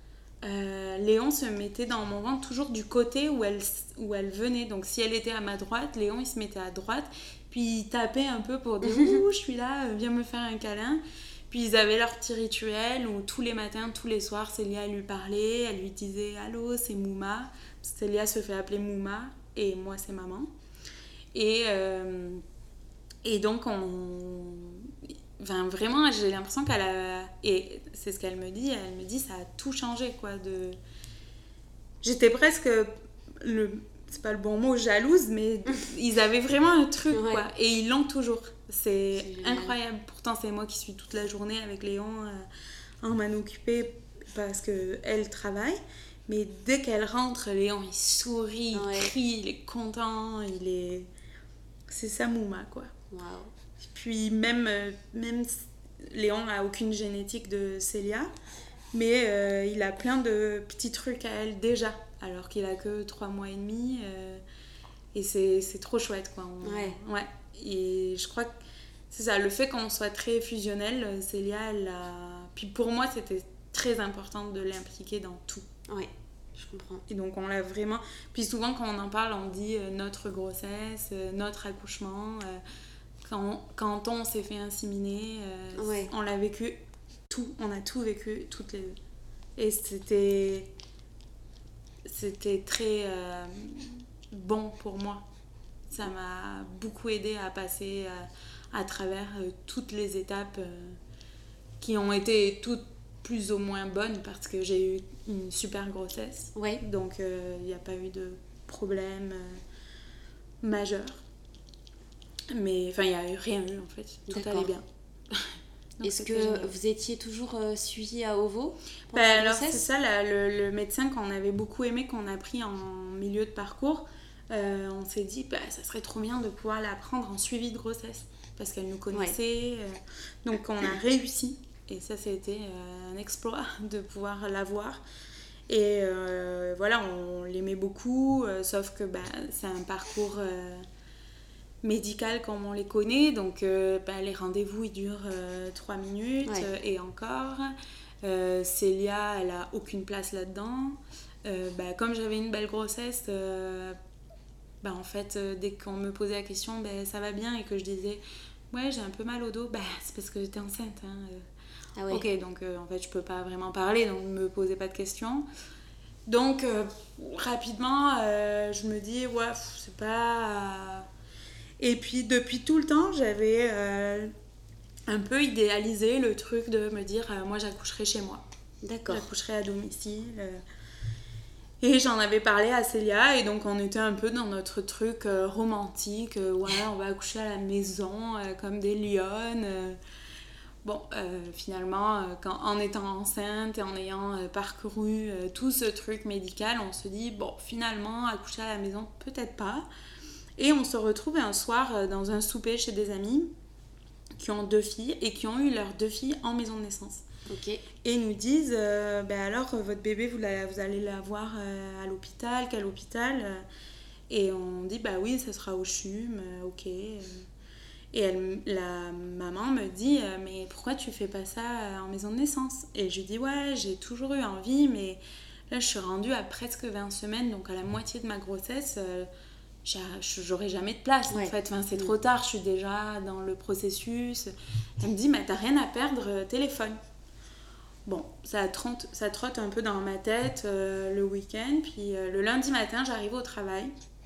Léon se mettait dans mon ventre toujours du côté où elle venait. Donc si elle était à ma droite, Léon il se mettait à droite. Puis il tapait un peu pour dire « Ouh, je suis là, viens me faire un câlin ». Puis ils avaient leur petit rituel où tous les matins, tous les soirs, Célia lui parlait, elle lui disait « Allô, c'est Mouma ». Célia se fait appeler Mouma et moi c'est maman. Et donc Enfin, vraiment, j'ai l'impression qu'elle a... Et c'est ce qu'elle me dit. Elle me dit, ça a tout changé, quoi. J'étais presque... C'est pas le bon mot, jalouse, mais ils avaient vraiment un truc, ouais. quoi. Et ils l'ont toujours. C'est incroyable. Pourtant, c'est moi qui suis toute la journée avec Léon en m'en occuper parce qu'elle travaille. Mais dès qu'elle rentre, Léon, il sourit, il crie, il est content, C'est sa Mouma, quoi. Waouh. Puis même Léon n'a aucune génétique de Célia, mais il a plein de petits trucs à elle déjà, alors qu'il a que 3 mois et demi. Et c'est trop chouette, quoi. Ouais. Et je crois que c'est ça, le fait qu'on soit très fusionnel, Célia, elle a... Puis pour moi, c'était très important de l'impliquer dans tout. Ouais, je comprends. Et donc on l'a vraiment... Puis souvent, quand on en parle, on dit notre grossesse, notre accouchement... Quand on s'est fait inséminer, on l'a vécu tout, on a tout vécu toutes les deux. Et c'était très bon pour moi. Ça m'a beaucoup aidé à passer à travers toutes les étapes qui ont été toutes plus ou moins bonnes parce que j'ai eu une super grossesse. Ouais. Donc il n'y a pas eu de problème majeur. Mais enfin, il n'y a rien eu en fait. Tout allait bien. Est-ce que vous étiez toujours suivi à OVO alors c'est ça, le médecin qu'on avait beaucoup aimé, qu'on a pris en milieu de parcours, on s'est dit ça serait trop bien de pouvoir la prendre en suivi de grossesse parce qu'elle nous connaissait. Donc on a réussi et ça c'était un exploit de pouvoir la voir. Et voilà, on l'aimait beaucoup, sauf que c'est un parcours... médicales comme on les connaît, donc les rendez-vous ils durent 3 minutes et encore. Célia, elle a aucune place là-dedans. Comme j'avais une belle grossesse, en fait, dès qu'on me posait la question, ça va bien, et que je disais ouais, j'ai un peu mal au dos, c'est parce que j'étais enceinte. Hein. Ah ouais. Ok, donc en fait, je peux pas vraiment parler, donc ne me posez pas de questions. Donc rapidement, je me dis ouais, c'est pas... Et puis, depuis tout le temps, j'avais un peu idéalisé le truc de me dire moi, j'accoucherai chez moi. D'accord. J'accoucherai à domicile. Et j'en avais parlé à Célia, et donc on était un peu dans notre truc romantique. On va accoucher à la maison, comme des lionnes. Bon, finalement, en étant enceinte et en ayant parcouru tout ce truc médical, on se dit, bon, finalement, accoucher à la maison, peut-être pas. Et on se retrouve un soir dans un souper chez des amis qui ont 2 filles et qui ont eu leurs 2 filles en maison de naissance. Ok. Et ils nous disent, alors, votre bébé, vous allez la voir à l'hôpital, quel hôpital Et on dit, bah oui, ça sera au CHUM, ok. Et la maman me dit, mais pourquoi tu fais pas ça en maison de naissance? Et je lui dis, ouais, j'ai toujours eu envie, mais là, je suis rendue à presque 20 semaines, donc à la moitié de ma grossesse, j'aurai jamais de place, en fait. Enfin, c'est trop tard, je suis déjà dans le processus. Elle me dit, mais t'as rien à perdre, téléphone. Bon, ça trotte un peu dans ma tête le week-end, puis le lundi matin, j'arrive au travail.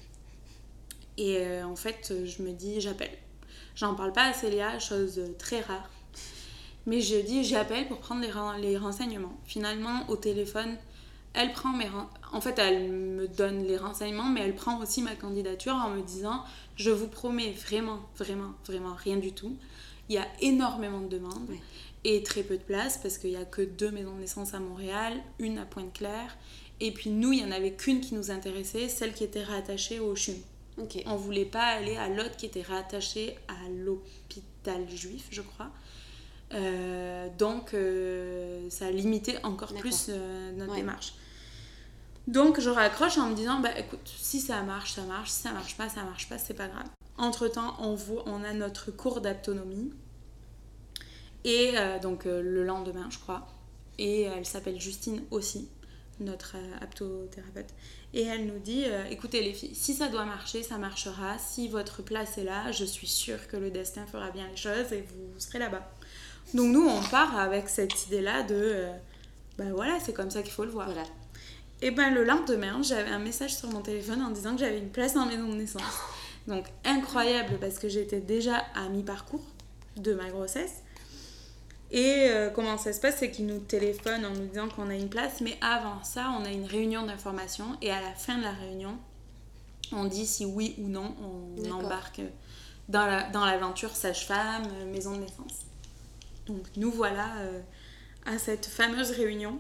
Et en fait, je me dis, j'appelle. J'en parle pas à Célia, chose très rare. Mais je dis, j'appelle pour prendre les renseignements. Finalement, au téléphone, elle prend en fait, elle me donne les renseignements, mais elle prend aussi ma candidature en me disant, je vous promets vraiment, vraiment, vraiment rien du tout. Il y a énormément de demandes et très peu de places parce qu'il n'y a que 2 maisons de naissance à Montréal, une à Pointe-Claire. Et puis nous, il n'y en avait qu'une qui nous intéressait, celle qui était rattachée au CHUM. Okay. On ne voulait pas aller à l'autre qui était rattaché à l'hôpital juif, je crois. Donc, ça a limité encore plus notre démarche. Donc, je raccroche en me disant, bah écoute, si ça marche, ça marche. Si ça marche pas, c'est pas grave. Entre-temps, on a notre cours d'autonomie. Et donc, le lendemain, je crois. Et elle s'appelle Justine aussi, notre aptothérapeute. Et elle nous dit, écoutez les filles, si ça doit marcher, ça marchera. Si votre place est là, je suis sûre que le destin fera bien les choses et vous serez là-bas. Donc nous, on part avec cette idée-là de, voilà, c'est comme ça qu'il faut le voir. Voilà. Et le lendemain, j'avais un message sur mon téléphone en disant que j'avais une place en maison de naissance. Donc incroyable parce que j'étais déjà à mi-parcours de ma grossesse. Et comment ça se passe, c'est qu'ils nous téléphonent en nous disant qu'on a une place, mais avant ça, on a une réunion d'information et à la fin de la réunion, on dit si oui ou non on embarque dans l'aventure sage-femme, maison de naissance. Donc nous voilà à cette fameuse réunion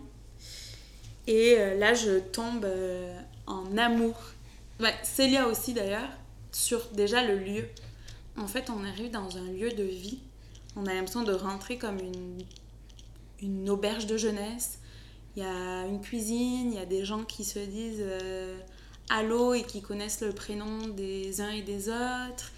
et là je tombe en amour. Célia aussi d'ailleurs, sur déjà le lieu. En fait, on arrive dans un lieu de vie. On a l'impression de rentrer comme une auberge de jeunesse. Il y a une cuisine, il y a des gens qui se disent allô et qui connaissent le prénom des uns et des autres.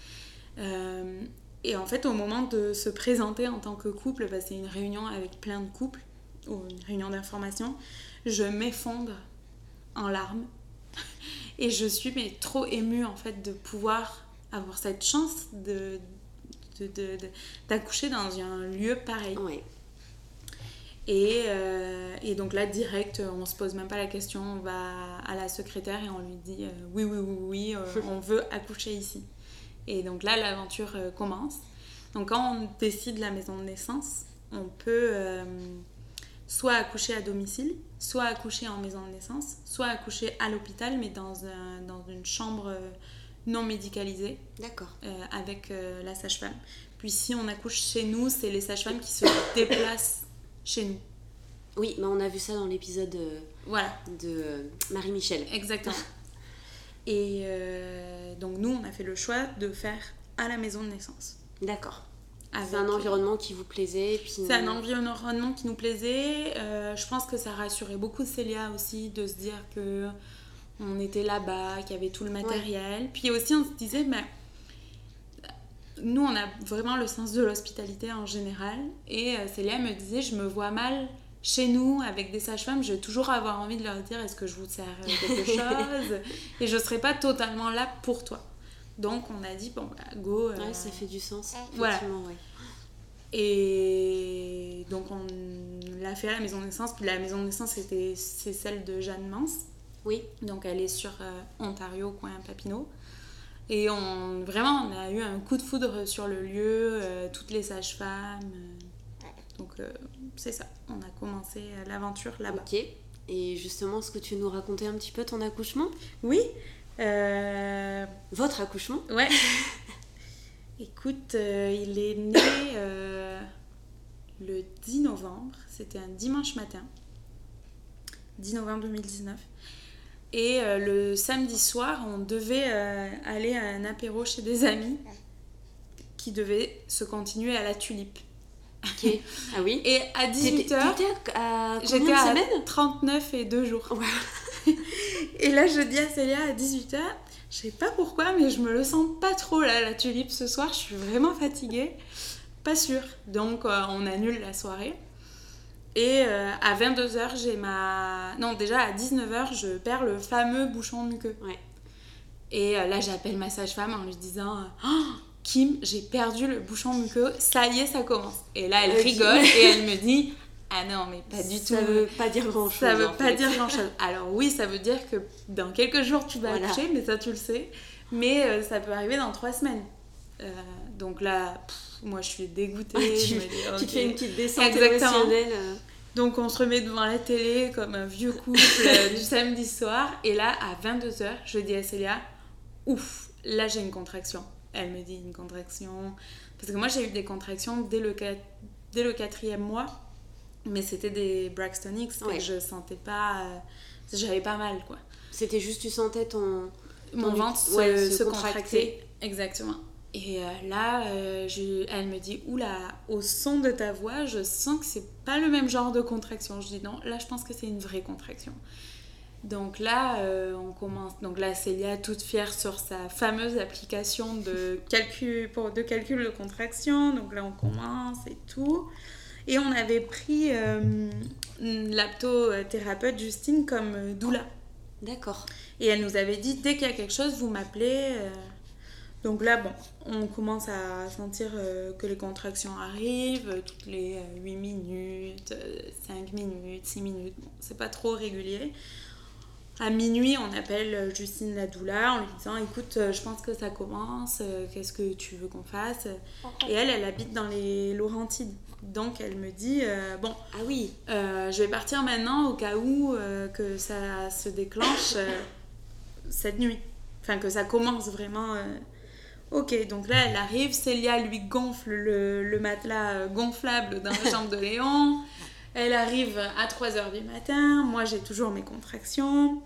Et en fait, au moment de se présenter en tant que couple, c'est une réunion avec plein de couples, ou une réunion d'information, je m'effondre en larmes. Et je suis trop émue en fait de pouvoir avoir cette chance d'accoucher dans un lieu pareil. Ouais. Et donc là, direct, on se pose même pas la question, on va à la secrétaire et on lui dit oui, on veut accoucher ici. Et donc là, l'aventure commence. Donc quand on décide la maison de naissance, on peut soit accoucher à domicile, soit accoucher en maison de naissance, soit accoucher à l'hôpital, mais dans une chambre non médicalisée. D'accord. Avec la sage-femme. Puis si on accouche chez nous, c'est les sages-femmes qui se déplacent chez nous. Oui, mais on a vu ça dans l'épisode de Marie-Michel. Exactement. Et donc nous, on a fait le choix de faire à la maison de naissance. D'accord. C'est un environnement qui vous plaisait. Puis... C'est un environnement qui nous plaisait. Je pense que ça rassurait beaucoup Célia aussi de se dire qu'on était là-bas, qu'il y avait tout le matériel. Ouais. Puis aussi, on se disait, nous, on a vraiment le sens de l'hospitalité en général. Et Célia me disait, je me vois mal chez nous avec des sages-femmes. Je vais toujours avoir envie de leur dire, est-ce que je vous sers quelque chose? Et je ne serai pas totalement là pour toi. Donc, on a dit, go. Ouais, ça fait du sens. Voilà. Ouais. Et donc, on l'a fait à la maison de naissance. Puis la maison de naissance, c'est celle de Jeanne Mance. Oui. Donc, elle est sur Ontario, coin Papineau. Et on a eu un coup de foudre sur le lieu, toutes les sages-femmes. Donc, c'est ça. On a commencé l'aventure là-bas. Ok. Et justement, est-ce que tu veux nous raconter un petit peu ton accouchement? Oui. Votre accouchement? Ouais. Écoute, il est né le 10 novembre. C'était un dimanche matin. 10 novembre 2019. Et le samedi soir, on devait aller à un apéro chez des amis qui devait se continuer à la Tulipe. Ok. Ah oui. Et à 18h, j'étais à 39 et 2 jours. Ouais. Et là, je dis à Célia à 18h, je sais pas pourquoi, mais je me le sens pas trop là, la Tulipe ce soir. Je suis vraiment fatiguée. Pas sûre. Donc, on annule la soirée. Et à 22h, j'ai ma... Non, déjà à 19h, je perds le fameux bouchon muqueux. Ouais. Et là, j'appelle ma sage-femme en lui disant oh, Kim, j'ai perdu le bouchon muqueux, ça y est, ça commence. Et là, elle rigole et elle me dit ah non, mais pas du tout. Ça veut pas dire grand-chose. Ça veut pas dire grand-chose. Alors oui, ça veut dire que dans quelques jours, tu vas accoucher, mais ça, tu le sais. Mais ça peut arriver dans 3 semaines. Donc là... moi, je suis dégoûtée. Tu te fais une petite descente émotionnelle. Donc, on se remet devant la télé comme un vieux couple du samedi soir. Et là, à 22h, je dis à Célia, ouf, là, j'ai une contraction. Elle me dit une contraction. Parce que moi, j'ai eu des contractions dès le 4e mois. Mais c'était des Braxton Hicks. Ouais. Et je sentais pas... j'avais pas mal, quoi. C'était juste, tu sentais mon ventre se contracter. Exactement. Et là, elle me dit oula, au son de ta voix, je sens que c'est pas le même genre de contraction. Je dis non, là, je pense que c'est une vraie contraction. Donc là, on commence. Donc là, Célia, toute fière sur sa fameuse application de calcul de contraction. Donc là, on commence et tout. Et on avait pris l'aptothérapeute Justine comme doula. D'accord. Et elle nous avait dit dès qu'il y a quelque chose, vous m'appelez. Donc là, bon, on commence à sentir que les contractions arrivent toutes les 8 minutes, 5 minutes, 6 minutes. Bon, c'est pas trop régulier. À minuit, on appelle Justine la doula en lui disant « Écoute, je pense que ça commence, qu'est-ce que tu veux qu'on fasse ?» Et elle habite dans les Laurentides. Donc, elle me dit « Bon, ah oui. Je vais partir maintenant au cas où que ça se déclenche cette nuit. Enfin, que ça commence vraiment... Ok, donc là, elle arrive, Célia lui gonfle le matelas gonflable dans la chambre de Léon. Elle arrive à 3h du matin, moi j'ai toujours mes contractions.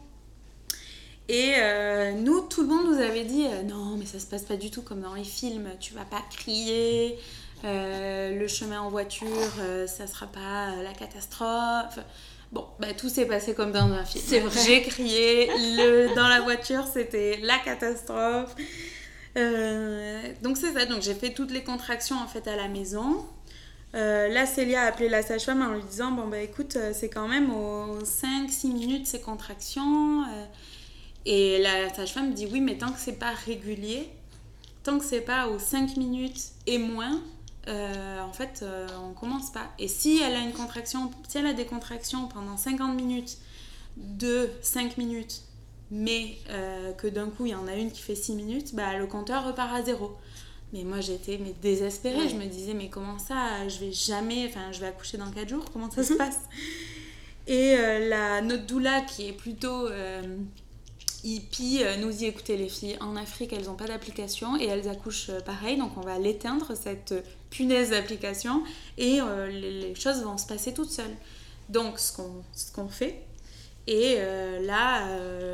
Et nous, tout le monde nous avait dit non, mais ça se passe pas du tout comme dans les films, tu vas pas crier, le chemin en voiture, ça sera pas la catastrophe. Bon, bah, tout s'est passé comme dans un film. C'est vrai. J'ai crié, dans la voiture, c'était la catastrophe. Donc c'est ça, donc j'ai fait toutes les contractions en fait à la maison. Là, Célia a appelé la sage-femme en lui disant bon bah écoute, c'est quand même aux 5-6 minutes ces contractions. Et la sage-femme dit oui, mais tant que c'est pas régulier, tant que c'est pas aux 5 minutes et moins, en fait, on commence pas. Et si elle a des contractions pendant 50 minutes, de 5 minutes, mais que d'un coup il y en a une qui fait 6 minutes, bah, le compteur repart à 0. Mais moi j'étais désespérée, ouais. Je me disais mais comment ça, je vais accoucher dans 4 jours, comment ça se passe? Et notre doula qui est plutôt hippie nous dit écoutez les filles, en Afrique elles n'ont pas d'application et elles accouchent pareil, donc on va l'éteindre cette punaise d'application et les choses vont se passer toutes seules. Donc ce qu'on fait. Et là,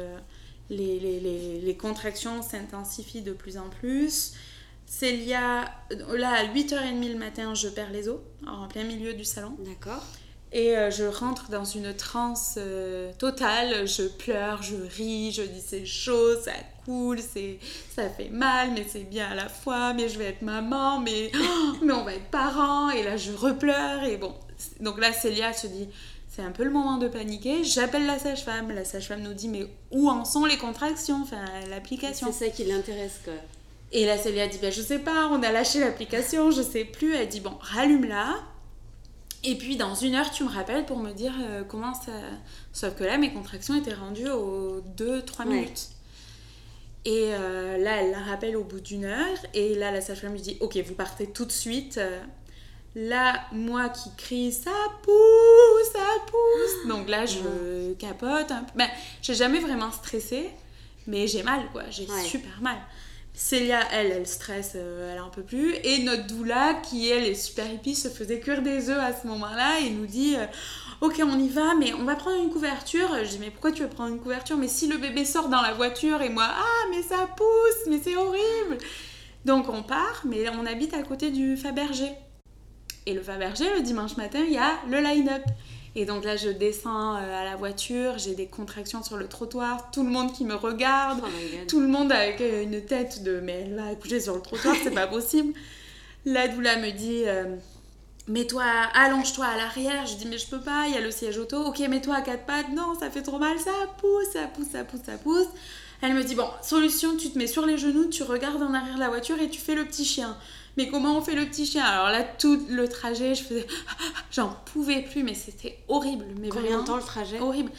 les contractions s'intensifient de plus en plus. Célia, là, à 8h30 le matin, je perds les os, en plein milieu du salon. D'accord. Et je rentre dans une transe totale. Je pleure, je ris, je dis c'est chaud, ça coule, ça fait mal, mais c'est bien à la fois. Mais je vais être maman, mais on va être parents. Et là, je repleure. Et bon, donc là, Célia se dit... C'est un peu le moment de paniquer. J'appelle la sage-femme. La sage-femme nous dit mais où en sont les contractions, enfin l'application. C'est ça qui l'intéresse quoi. Et là Célia dit je sais pas, on a lâché l'application, je sais plus. Elle dit bon, rallume-la. Et puis dans 1 heure tu me rappelles pour me dire comment ça. Sauf que là mes contractions étaient rendues aux 2-3 minutes. Et là elle la rappelle au bout d'1 heure. Et là la sage-femme lui dit ok, vous partez tout de suite. Là, moi qui crie ça pousse. Donc là, je capote un peu. Ben, j'ai jamais vraiment stressé, mais j'ai mal, quoi. J'ai super mal. Célia, elle stresse, elle en peut plus. Et notre doula, qui elle est super hippie, se faisait cuire des œufs à ce moment-là et nous dit ok, on y va, mais on va prendre une couverture. Je dis mais pourquoi tu veux prendre une couverture? Mais si le bébé sort dans la voiture, et moi mais ça pousse, mais c'est horrible. Donc on part, mais on habite à côté du Fabergé. Et le Fabergé, le dimanche matin, il y a le line-up. Et donc là, je descends à la voiture, j'ai des contractions sur le trottoir, tout le monde qui me regarde, tout le monde avec une tête de « mais elle va accoucher sur le trottoir, c'est pas possible ». La doula me dit « mets-toi, allonge-toi à l'arrière ». Je dis « mais je peux pas, il y a le siège auto ». « Ok, mets-toi à quatre pattes ». « Non, ça fait trop mal, ça pousse, ça pousse, ça pousse, ça pousse ». Elle me dit « bon, solution, tu te mets sur les genoux, tu regardes en arrière de la voiture et tu fais le petit chien ». Mais comment on fait le petit chien? Alors là, tout le trajet, je faisais... J'en pouvais plus, mais c'était horrible. Mais combien de temps le trajet? Horrible.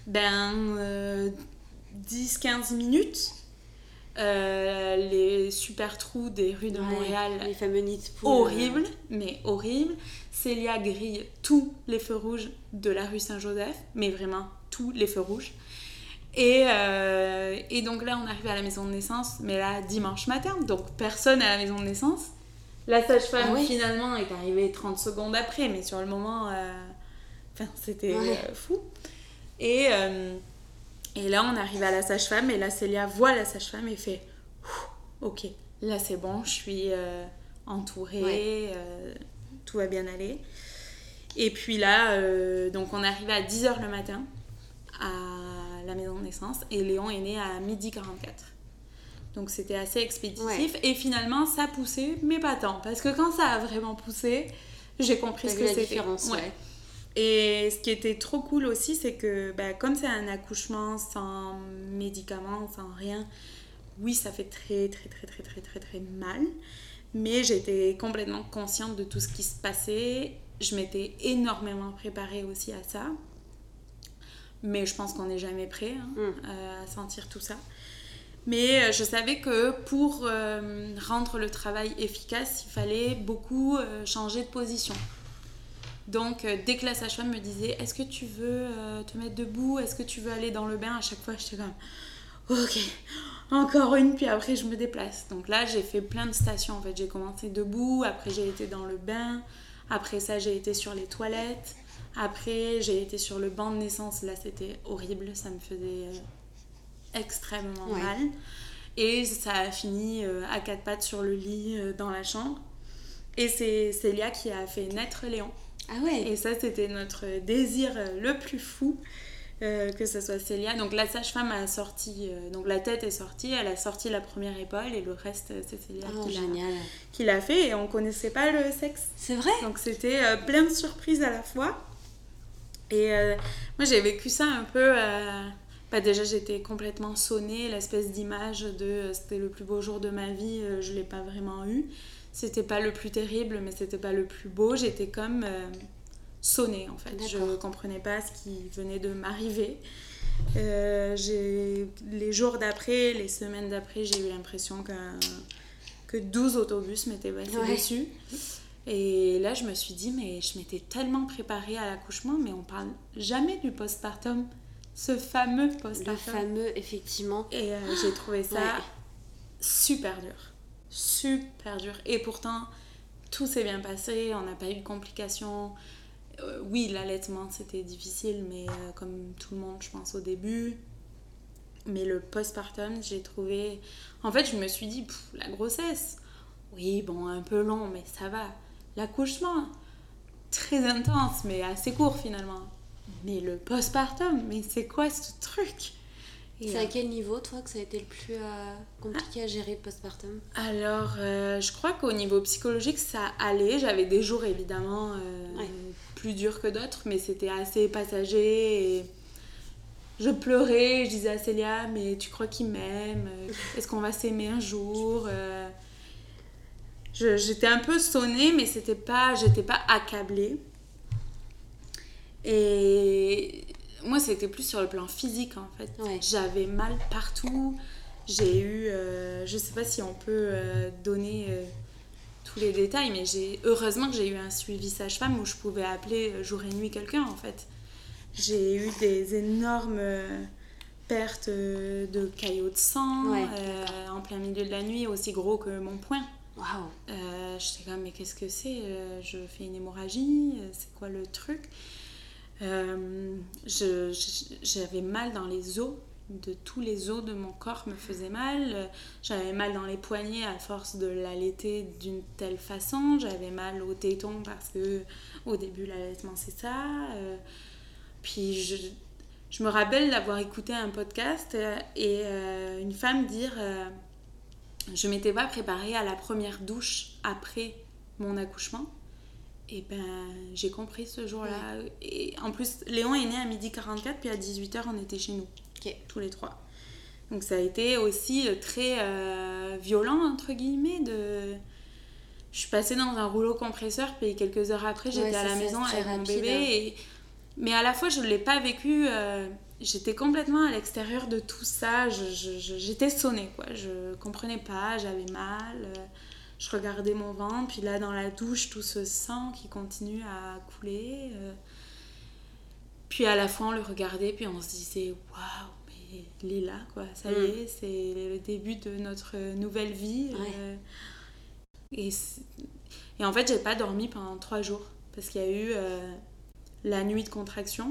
10-15 minutes. Les super trous des rues de Montréal. Les fameux nids de poule. Horrible, mais horrible. Célia grille tous les feux rouges de la rue Saint-Joseph. Mais vraiment, tous les feux rouges. Et donc là, on arrive à la maison de naissance. Mais là, dimanche matin. Donc, personne à la maison de naissance. La sage-femme, finalement, est arrivée 30 secondes après, mais sur le moment, c'était fou. Et là, on arrive à la sage-femme, et là, Célia voit la sage-femme et fait « Ok, là, c'est bon, je suis entourée, tout va bien aller. » Et puis là, donc on arrive à 10h le matin à la maison de naissance, et Léon est né à 12h44. Donc c'était assez expéditif et finalement ça poussait, mais pas tant. Parce que quand ça a vraiment poussé, j'ai compris ce que c'était. Différence, Et ce qui était trop cool aussi, c'est que comme c'est un accouchement sans médicaments, sans rien, oui, ça fait très très très très très très très mal. Mais j'étais complètement consciente de tout ce qui se passait. Je m'étais énormément préparée aussi à ça. Mais je pense qu'on n'est jamais prêt à sentir tout ça. Mais je savais que pour rendre le travail efficace, il fallait beaucoup changer de position. Donc, dès que la sage-femme me disait « Est-ce que tu veux te mettre debout? Est-ce que tu veux aller dans le bain ?» À chaque fois, j'étais comme « Ok, encore une, puis après, je me déplace. » Donc là, j'ai fait plein de stations. En fait, j'ai commencé debout, après j'ai été dans le bain, après ça, j'ai été sur les toilettes, après, j'ai été sur le banc de naissance. Là, c'était horrible, ça me faisait... extrêmement mal, et ça a fini à quatre pattes sur le lit dans la chambre, et c'est Célia qui a fait naître Léon. Et ça, c'était notre désir le plus fou, que ce soit Célia. Donc la sage-femme a sorti, donc la tête est sortie, elle a sorti la première épaule, et le reste c'est Célia qui l'a fait, et on connaissait pas le sexe. C'est vrai? Donc c'était plein de surprises à la fois, et moi j'ai vécu ça un peu... déjà, j'étais complètement sonnée, l'espèce d'image de c'était le plus beau jour de ma vie, je ne l'ai pas vraiment eu. C'était pas le plus terrible, mais c'était pas le plus beau. J'étais comme sonnée, en fait. D'accord. Je ne comprenais pas ce qui venait de m'arriver. Les jours d'après, les semaines d'après, j'ai eu l'impression que 12 autobus m'étaient passés dessus. Et là, je me suis dit, mais je m'étais tellement préparée à l'accouchement, mais on parle jamais du postpartum. Ce fameux postpartum. Le fameux, effectivement. Et j'ai trouvé ça super dur. Super dur. Et pourtant, tout s'est bien passé. On n'a pas eu de complications. Oui, l'allaitement, c'était difficile, mais comme tout le monde, je pense, au début. Mais le postpartum, j'ai trouvé... En fait, je me suis dit, la grossesse, oui, bon, un peu long, mais ça va. L'accouchement, très intense, mais assez court, finalement. Mais le postpartum, mais c'est quoi ce truc? C'est à quel niveau, toi, que ça a été le plus compliqué à gérer le postpartum? Alors, je crois qu'au niveau psychologique, ça allait. J'avais des jours, évidemment, plus durs que d'autres, mais c'était assez passager. Et je pleurais, je disais à Célia, mais tu crois qu'il m'aime? Est-ce qu'on va s'aimer un jour? J'étais un peu sonnée, mais j'étais pas accablée. Et moi, c'était plus sur le plan physique, en fait. J'avais mal partout. J'ai eu... je sais pas si on peut donner tous les détails, mais heureusement que j'ai eu un suivi sage-femme où je pouvais appeler jour et nuit quelqu'un, en fait. J'ai eu des énormes perte de caillots de sang en plein milieu de la nuit, aussi gros que mon poing. Waouh. J'étais comme, mais qu'est-ce que c'est? Je fais une hémorragie, c'est quoi le truc? J'avais mal dans les os, tous les os de mon corps me faisaient mal. J'avais mal dans les poignets à force de l'allaiter d'une telle façon. J'avais mal au téton parce que au début l'allaitement c'est ça. Puis je me rappelle d'avoir écouté un podcast et une femme dire je m'étais pas préparée à la première douche après mon accouchement. Et ben j'ai compris ce jour-là. Ouais. Et en plus, Léon est né à 12h44, puis à 18h on était chez nous, tous les trois. Donc ça a été aussi très violent, entre guillemets. Je suis passée dans un rouleau compresseur, puis quelques heures après j'étais à la maison avec mon bébé. Mais à la fois je ne l'ai pas vécu, j'étais complètement à l'extérieur de tout ça. J'étais sonnée, quoi. Je comprenais pas, j'avais mal. Je regardais mon ventre, puis là dans la douche, tout ce sang qui continue à couler. Puis à la fois on le regardait, puis on se disait waouh, mais il est là, quoi. Ça y est, c'est le début de notre nouvelle vie. Ouais. Et en fait, j'ai pas dormi pendant 3 jours parce qu'il y a eu la nuit de contraction,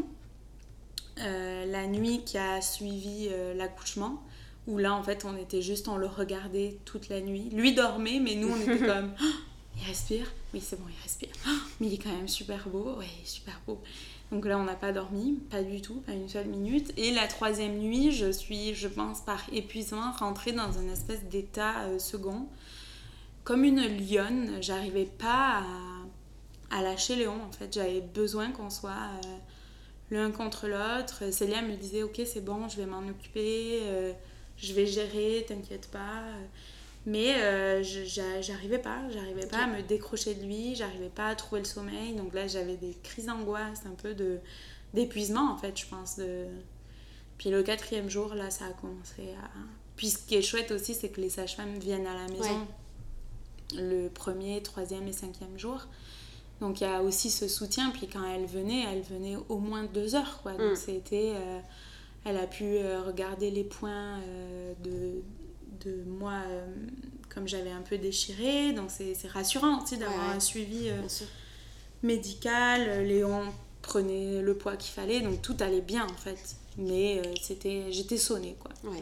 la nuit qui a suivi l'accouchement. Où là, en fait, on le regardait toute la nuit. Lui dormait, mais nous, on était comme, oh, il respire. Oui, c'est bon, il respire. Oh, mais il est quand même super beau. Oui, super beau. Donc là, on n'a pas dormi, pas du tout, pas une seule minute. Et la 3e nuit, je suis, je pense, par épuisement, rentrée dans une espèce d'état second. Comme une lionne, j'arrivais pas à lâcher Léon, en fait. J'avais besoin qu'on soit l'un contre l'autre. Célia me disait, ok, c'est bon, je vais m'en occuper. Je vais gérer, t'inquiète pas. Mais j'arrivais pas à me décrocher de lui, j'arrivais pas à trouver le sommeil. Donc là, j'avais des crises d'angoisse, un peu d'épuisement, en fait, je pense. Puis le 4e jour, là, ça a commencé à... Puis ce qui est chouette aussi, c'est que les sages-femmes viennent à la maison le 1er, 3e et 5e jour. Donc il y a aussi ce soutien. Puis quand elle venait au moins 2 heures, quoi. Donc c'était... Elle a pu regarder les points de moi comme j'avais un peu déchiré. Donc c'est rassurant aussi d'avoir un suivi médical. Léon prenait le poids qu'il fallait. Donc tout allait bien en fait. Mais j'étais sonnée, quoi. Ouais.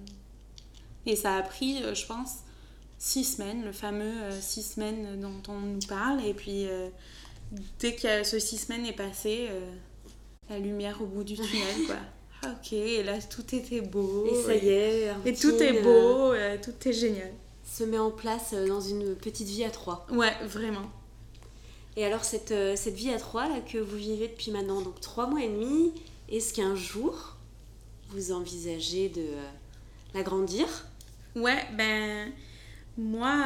Et ça a pris, je pense, 6 semaines. Le fameux 6 semaines dont on nous parle. Et puis dès que ce 6 semaines est passé, la lumière au bout du tunnel, quoi. Ok, et là tout était beau. Et ça y est, et tout est beau, tout est génial. Se met en place dans une petite vie à 3. Ouais, vraiment. Et alors cette vie à 3 là, que vous vivez depuis maintenant donc 3 mois et demi, est-ce qu'un jour vous envisagez de l'agrandir? Ouais, ben moi,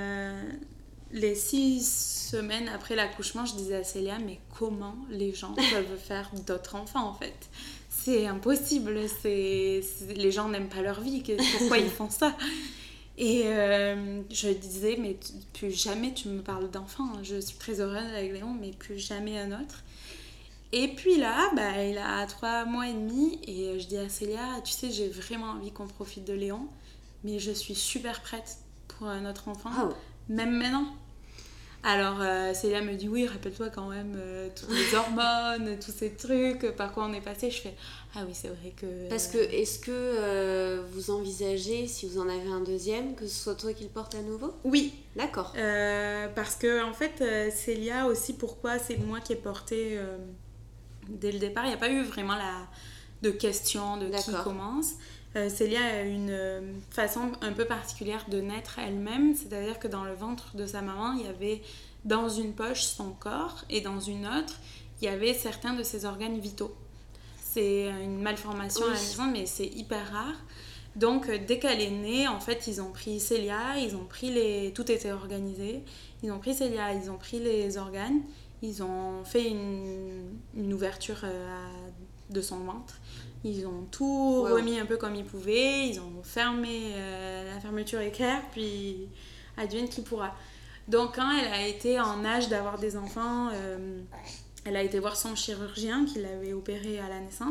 les 6 semaines après l'accouchement, je disais à Célia, mais comment les gens peuvent faire d'autres enfants en fait? C'est impossible, les gens n'aiment pas leur vie, pourquoi ils font ça? Et je disais, mais plus jamais tu me parles d'enfant, je suis très heureuse avec Léon, mais plus jamais un autre. Et puis là, il a 3 mois et demi, et je dis à Célia, tu sais, j'ai vraiment envie qu'on profite de Léon, mais je suis super prête pour un autre enfant, même maintenant. Alors Célia me dit oui, rappelle-toi quand même toutes les hormones, tous ces trucs, par quoi on est passé. Je fais ah oui, c'est vrai que... Parce que est-ce que vous envisagez, si vous en avez un deuxième, que ce soit toi qui le porte à nouveau? Oui. D'accord. Parce que en fait, Célia aussi, pourquoi c'est moi qui ai porté dès le départ. Il n'y a pas eu vraiment de question de qui commence. Célia a une façon un peu particulière de naître elle-même, c'est-à-dire que dans le ventre de sa maman, il y avait dans une poche son corps et dans une autre, il y avait certains de ses organes vitaux. C'est une malformation à la naissance, mais c'est hyper rare. Donc, dès qu'elle est née, en fait, ils ont pris Célia, tout était organisé. Ils ont pris Célia, ils ont pris les organes, ils ont fait une ouverture de son ventre. Ils ont tout remis un peu comme ils pouvaient. Ils ont fermé la fermeture éclair, puis advienne qui pourra. Donc, quand elle a été en âge d'avoir des enfants, elle a été voir son chirurgien qui l'avait opérée à la naissance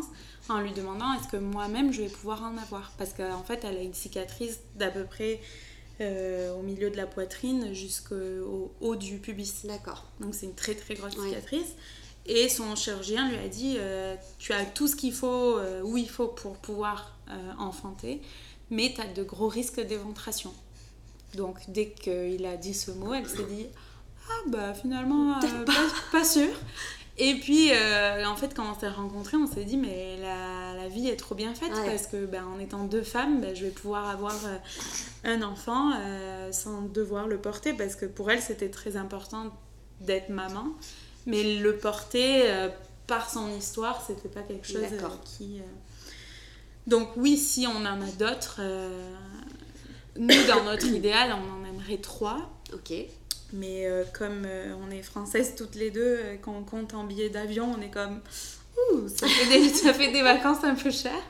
en lui demandant est-ce que moi-même je vais pouvoir en avoir. Parce qu'en fait, elle a une cicatrice d'à peu près au milieu de la poitrine jusqu'au haut du pubis. D'accord. Donc c'est une très très grosse cicatrice. Et son chirurgien lui a dit tu as tout ce qu'il faut, où il faut pour pouvoir enfanter, mais tu as de gros risques d'éventration. Donc dès qu'il a dit ce mot, elle s'est dit ah bah finalement pas sûr. Et puis en fait quand on s'est rencontrés, on s'est dit mais la vie est trop bien faite parce que en étant 2 femmes, je vais pouvoir avoir un enfant sans devoir le porter, parce que pour elle c'était très important d'être maman, mais le porter par son histoire, c'était pas quelque chose qui... Donc oui, si on en a d'autres, nous dans notre idéal, on en aimerait 3. Ok. Mais comme on est françaises toutes les deux, quand on compte en billets d'avion, on est comme... Ouh, ça fait des vacances un peu chères.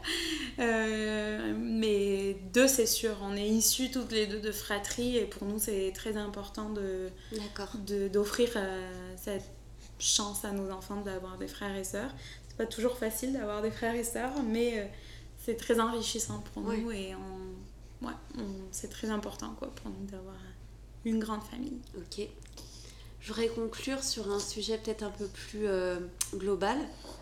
Mais 2, c'est sûr. On est issues toutes les 2 de fratrie, et pour nous, c'est très important d'offrir cette chance à nos enfants d'avoir des frères et sœurs. C'est pas toujours facile d'avoir des frères et sœurs, mais c'est très enrichissant pour nous, et c'est très important pour nous d'avoir une grande famille. Ok. Je voudrais conclure sur un sujet peut-être un peu plus global.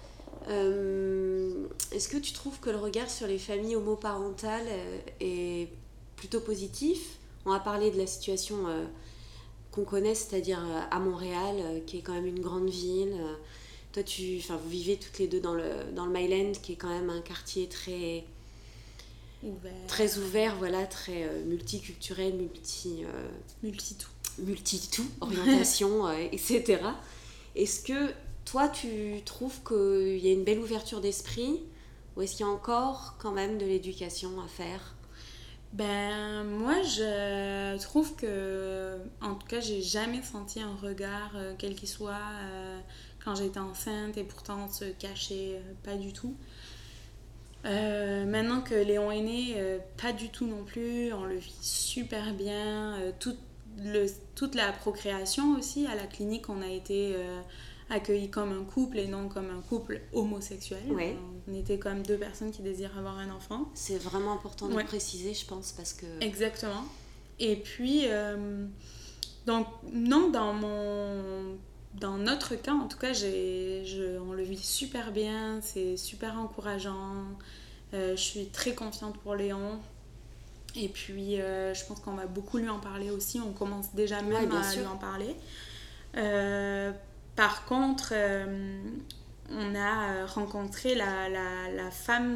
Est-ce que tu trouves que le regard sur les familles homoparentales est plutôt positif ? On a parlé de la situation qu'on connaît, c'est-à-dire à Montréal, qui est quand même une grande ville. Toi, vous vivez toutes les 2 dans le Myland, qui est quand même un quartier très ouvert, voilà, très multiculturel, multi-tout, orientation, etc. Est-ce que toi, tu trouves qu'il y a une belle ouverture d'esprit, ou est-ce qu'il y a encore quand même de l'éducation à faire ? Moi, je trouve que, en tout cas, j'ai jamais senti un regard, quel qu'il soit, quand j'étais enceinte, et pourtant se cacher pas du tout. Maintenant que Léon est né, pas du tout non plus, on le vit super bien. Toute la procréation aussi, à la clinique, on a été accueillis comme un couple et non comme un couple homosexuel. Ouais. On était comme 2 personnes qui désirent avoir un enfant. C'est vraiment important de préciser, je pense, parce que... Exactement. Et puis, donc, non, dans notre cas, en tout cas, on le vit super bien, c'est super encourageant. Je suis très confiante pour Léon. Et puis, je pense qu'on va beaucoup lui en parler aussi. On commence déjà même à lui en parler. Par contre, on a rencontré la femme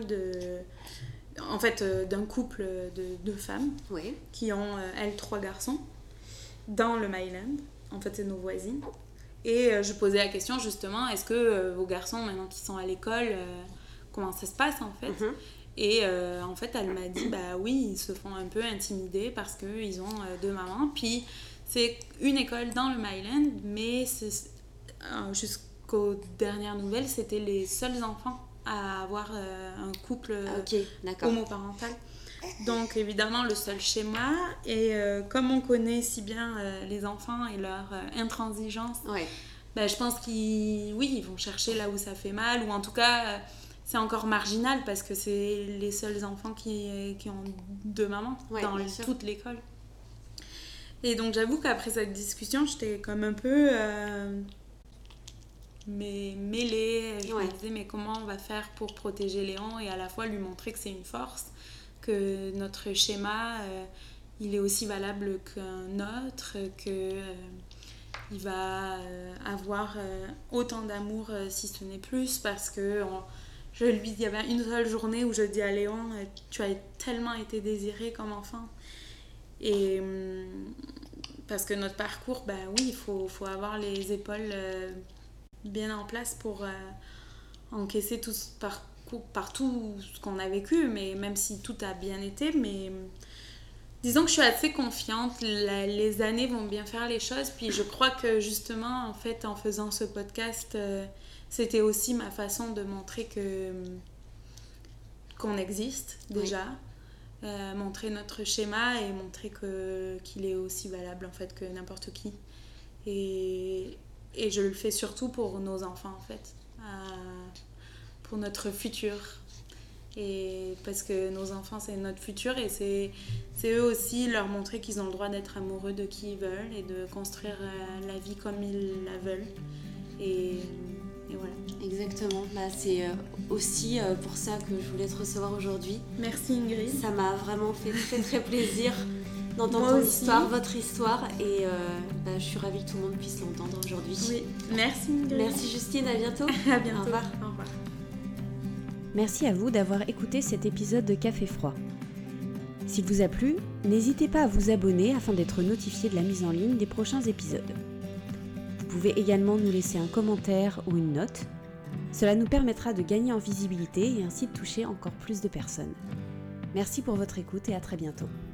d'un couple de 2 femmes qui ont, elles, 3 garçons dans le Myland. En fait, c'est nos voisines. Et je posais la question justement, est-ce que vos garçons, maintenant qu'ils sont à l'école, comment ça se passe en fait ? Et en fait, elle m'a dit, oui, ils se font un peu intimider parce qu'ils ont 2 mamans. Puis c'est une école dans le Myland, mais jusqu'aux dernières nouvelles, c'était les seuls enfants à avoir un couple homoparental. Donc évidemment le seul schéma, et comme on connaît si bien les enfants et leur intransigeance, je pense qu'ils vont chercher là où ça fait mal, ou en tout cas c'est encore marginal parce que c'est les seuls enfants qui ont 2 mamans dans toute l'école. Et donc j'avoue qu'après cette discussion, j'étais comme un peu mêlée. Je me disais mais comment on va faire pour protéger Léon et à la fois lui montrer que c'est une force, que notre schéma il est aussi valable qu'un autre, que il va avoir autant d'amour si ce n'est plus, parce que il y avait une seule journée où je dis à Léon tu as tellement été désiré comme enfant. Et parce que notre parcours, il faut avoir les épaules bien en place pour encaisser tout ce par tout ce qu'on a vécu, mais même si tout a bien été, mais disons que je suis assez confiante, les années vont bien faire les choses, puis je crois que justement en fait en faisant ce podcast c'était aussi ma façon de montrer qu'on existe déjà, montrer notre schéma et montrer qu'il est aussi valable en fait que n'importe qui, et je le fais surtout pour nos enfants en fait, pour notre futur, Et parce que nos enfants, c'est notre futur et c'est eux aussi leur montrer qu'ils ont le droit d'être amoureux de qui ils veulent et de construire la vie comme ils la veulent. Et voilà. Exactement, c'est aussi pour ça que je voulais te recevoir aujourd'hui. Merci Ingrid. Ça m'a vraiment fait très très plaisir d'entendre ton histoire, votre histoire, et je suis ravie que tout le monde puisse l'entendre aujourd'hui. Oui, merci Ingrid. Merci Justine, à bientôt. À bientôt. Au revoir. Au revoir. Merci à vous d'avoir écouté cet épisode de Café Froid. S'il vous a plu, n'hésitez pas à vous abonner afin d'être notifié de la mise en ligne des prochains épisodes. Vous pouvez également nous laisser un commentaire ou une note. Cela nous permettra de gagner en visibilité et ainsi de toucher encore plus de personnes. Merci pour votre écoute et à très bientôt.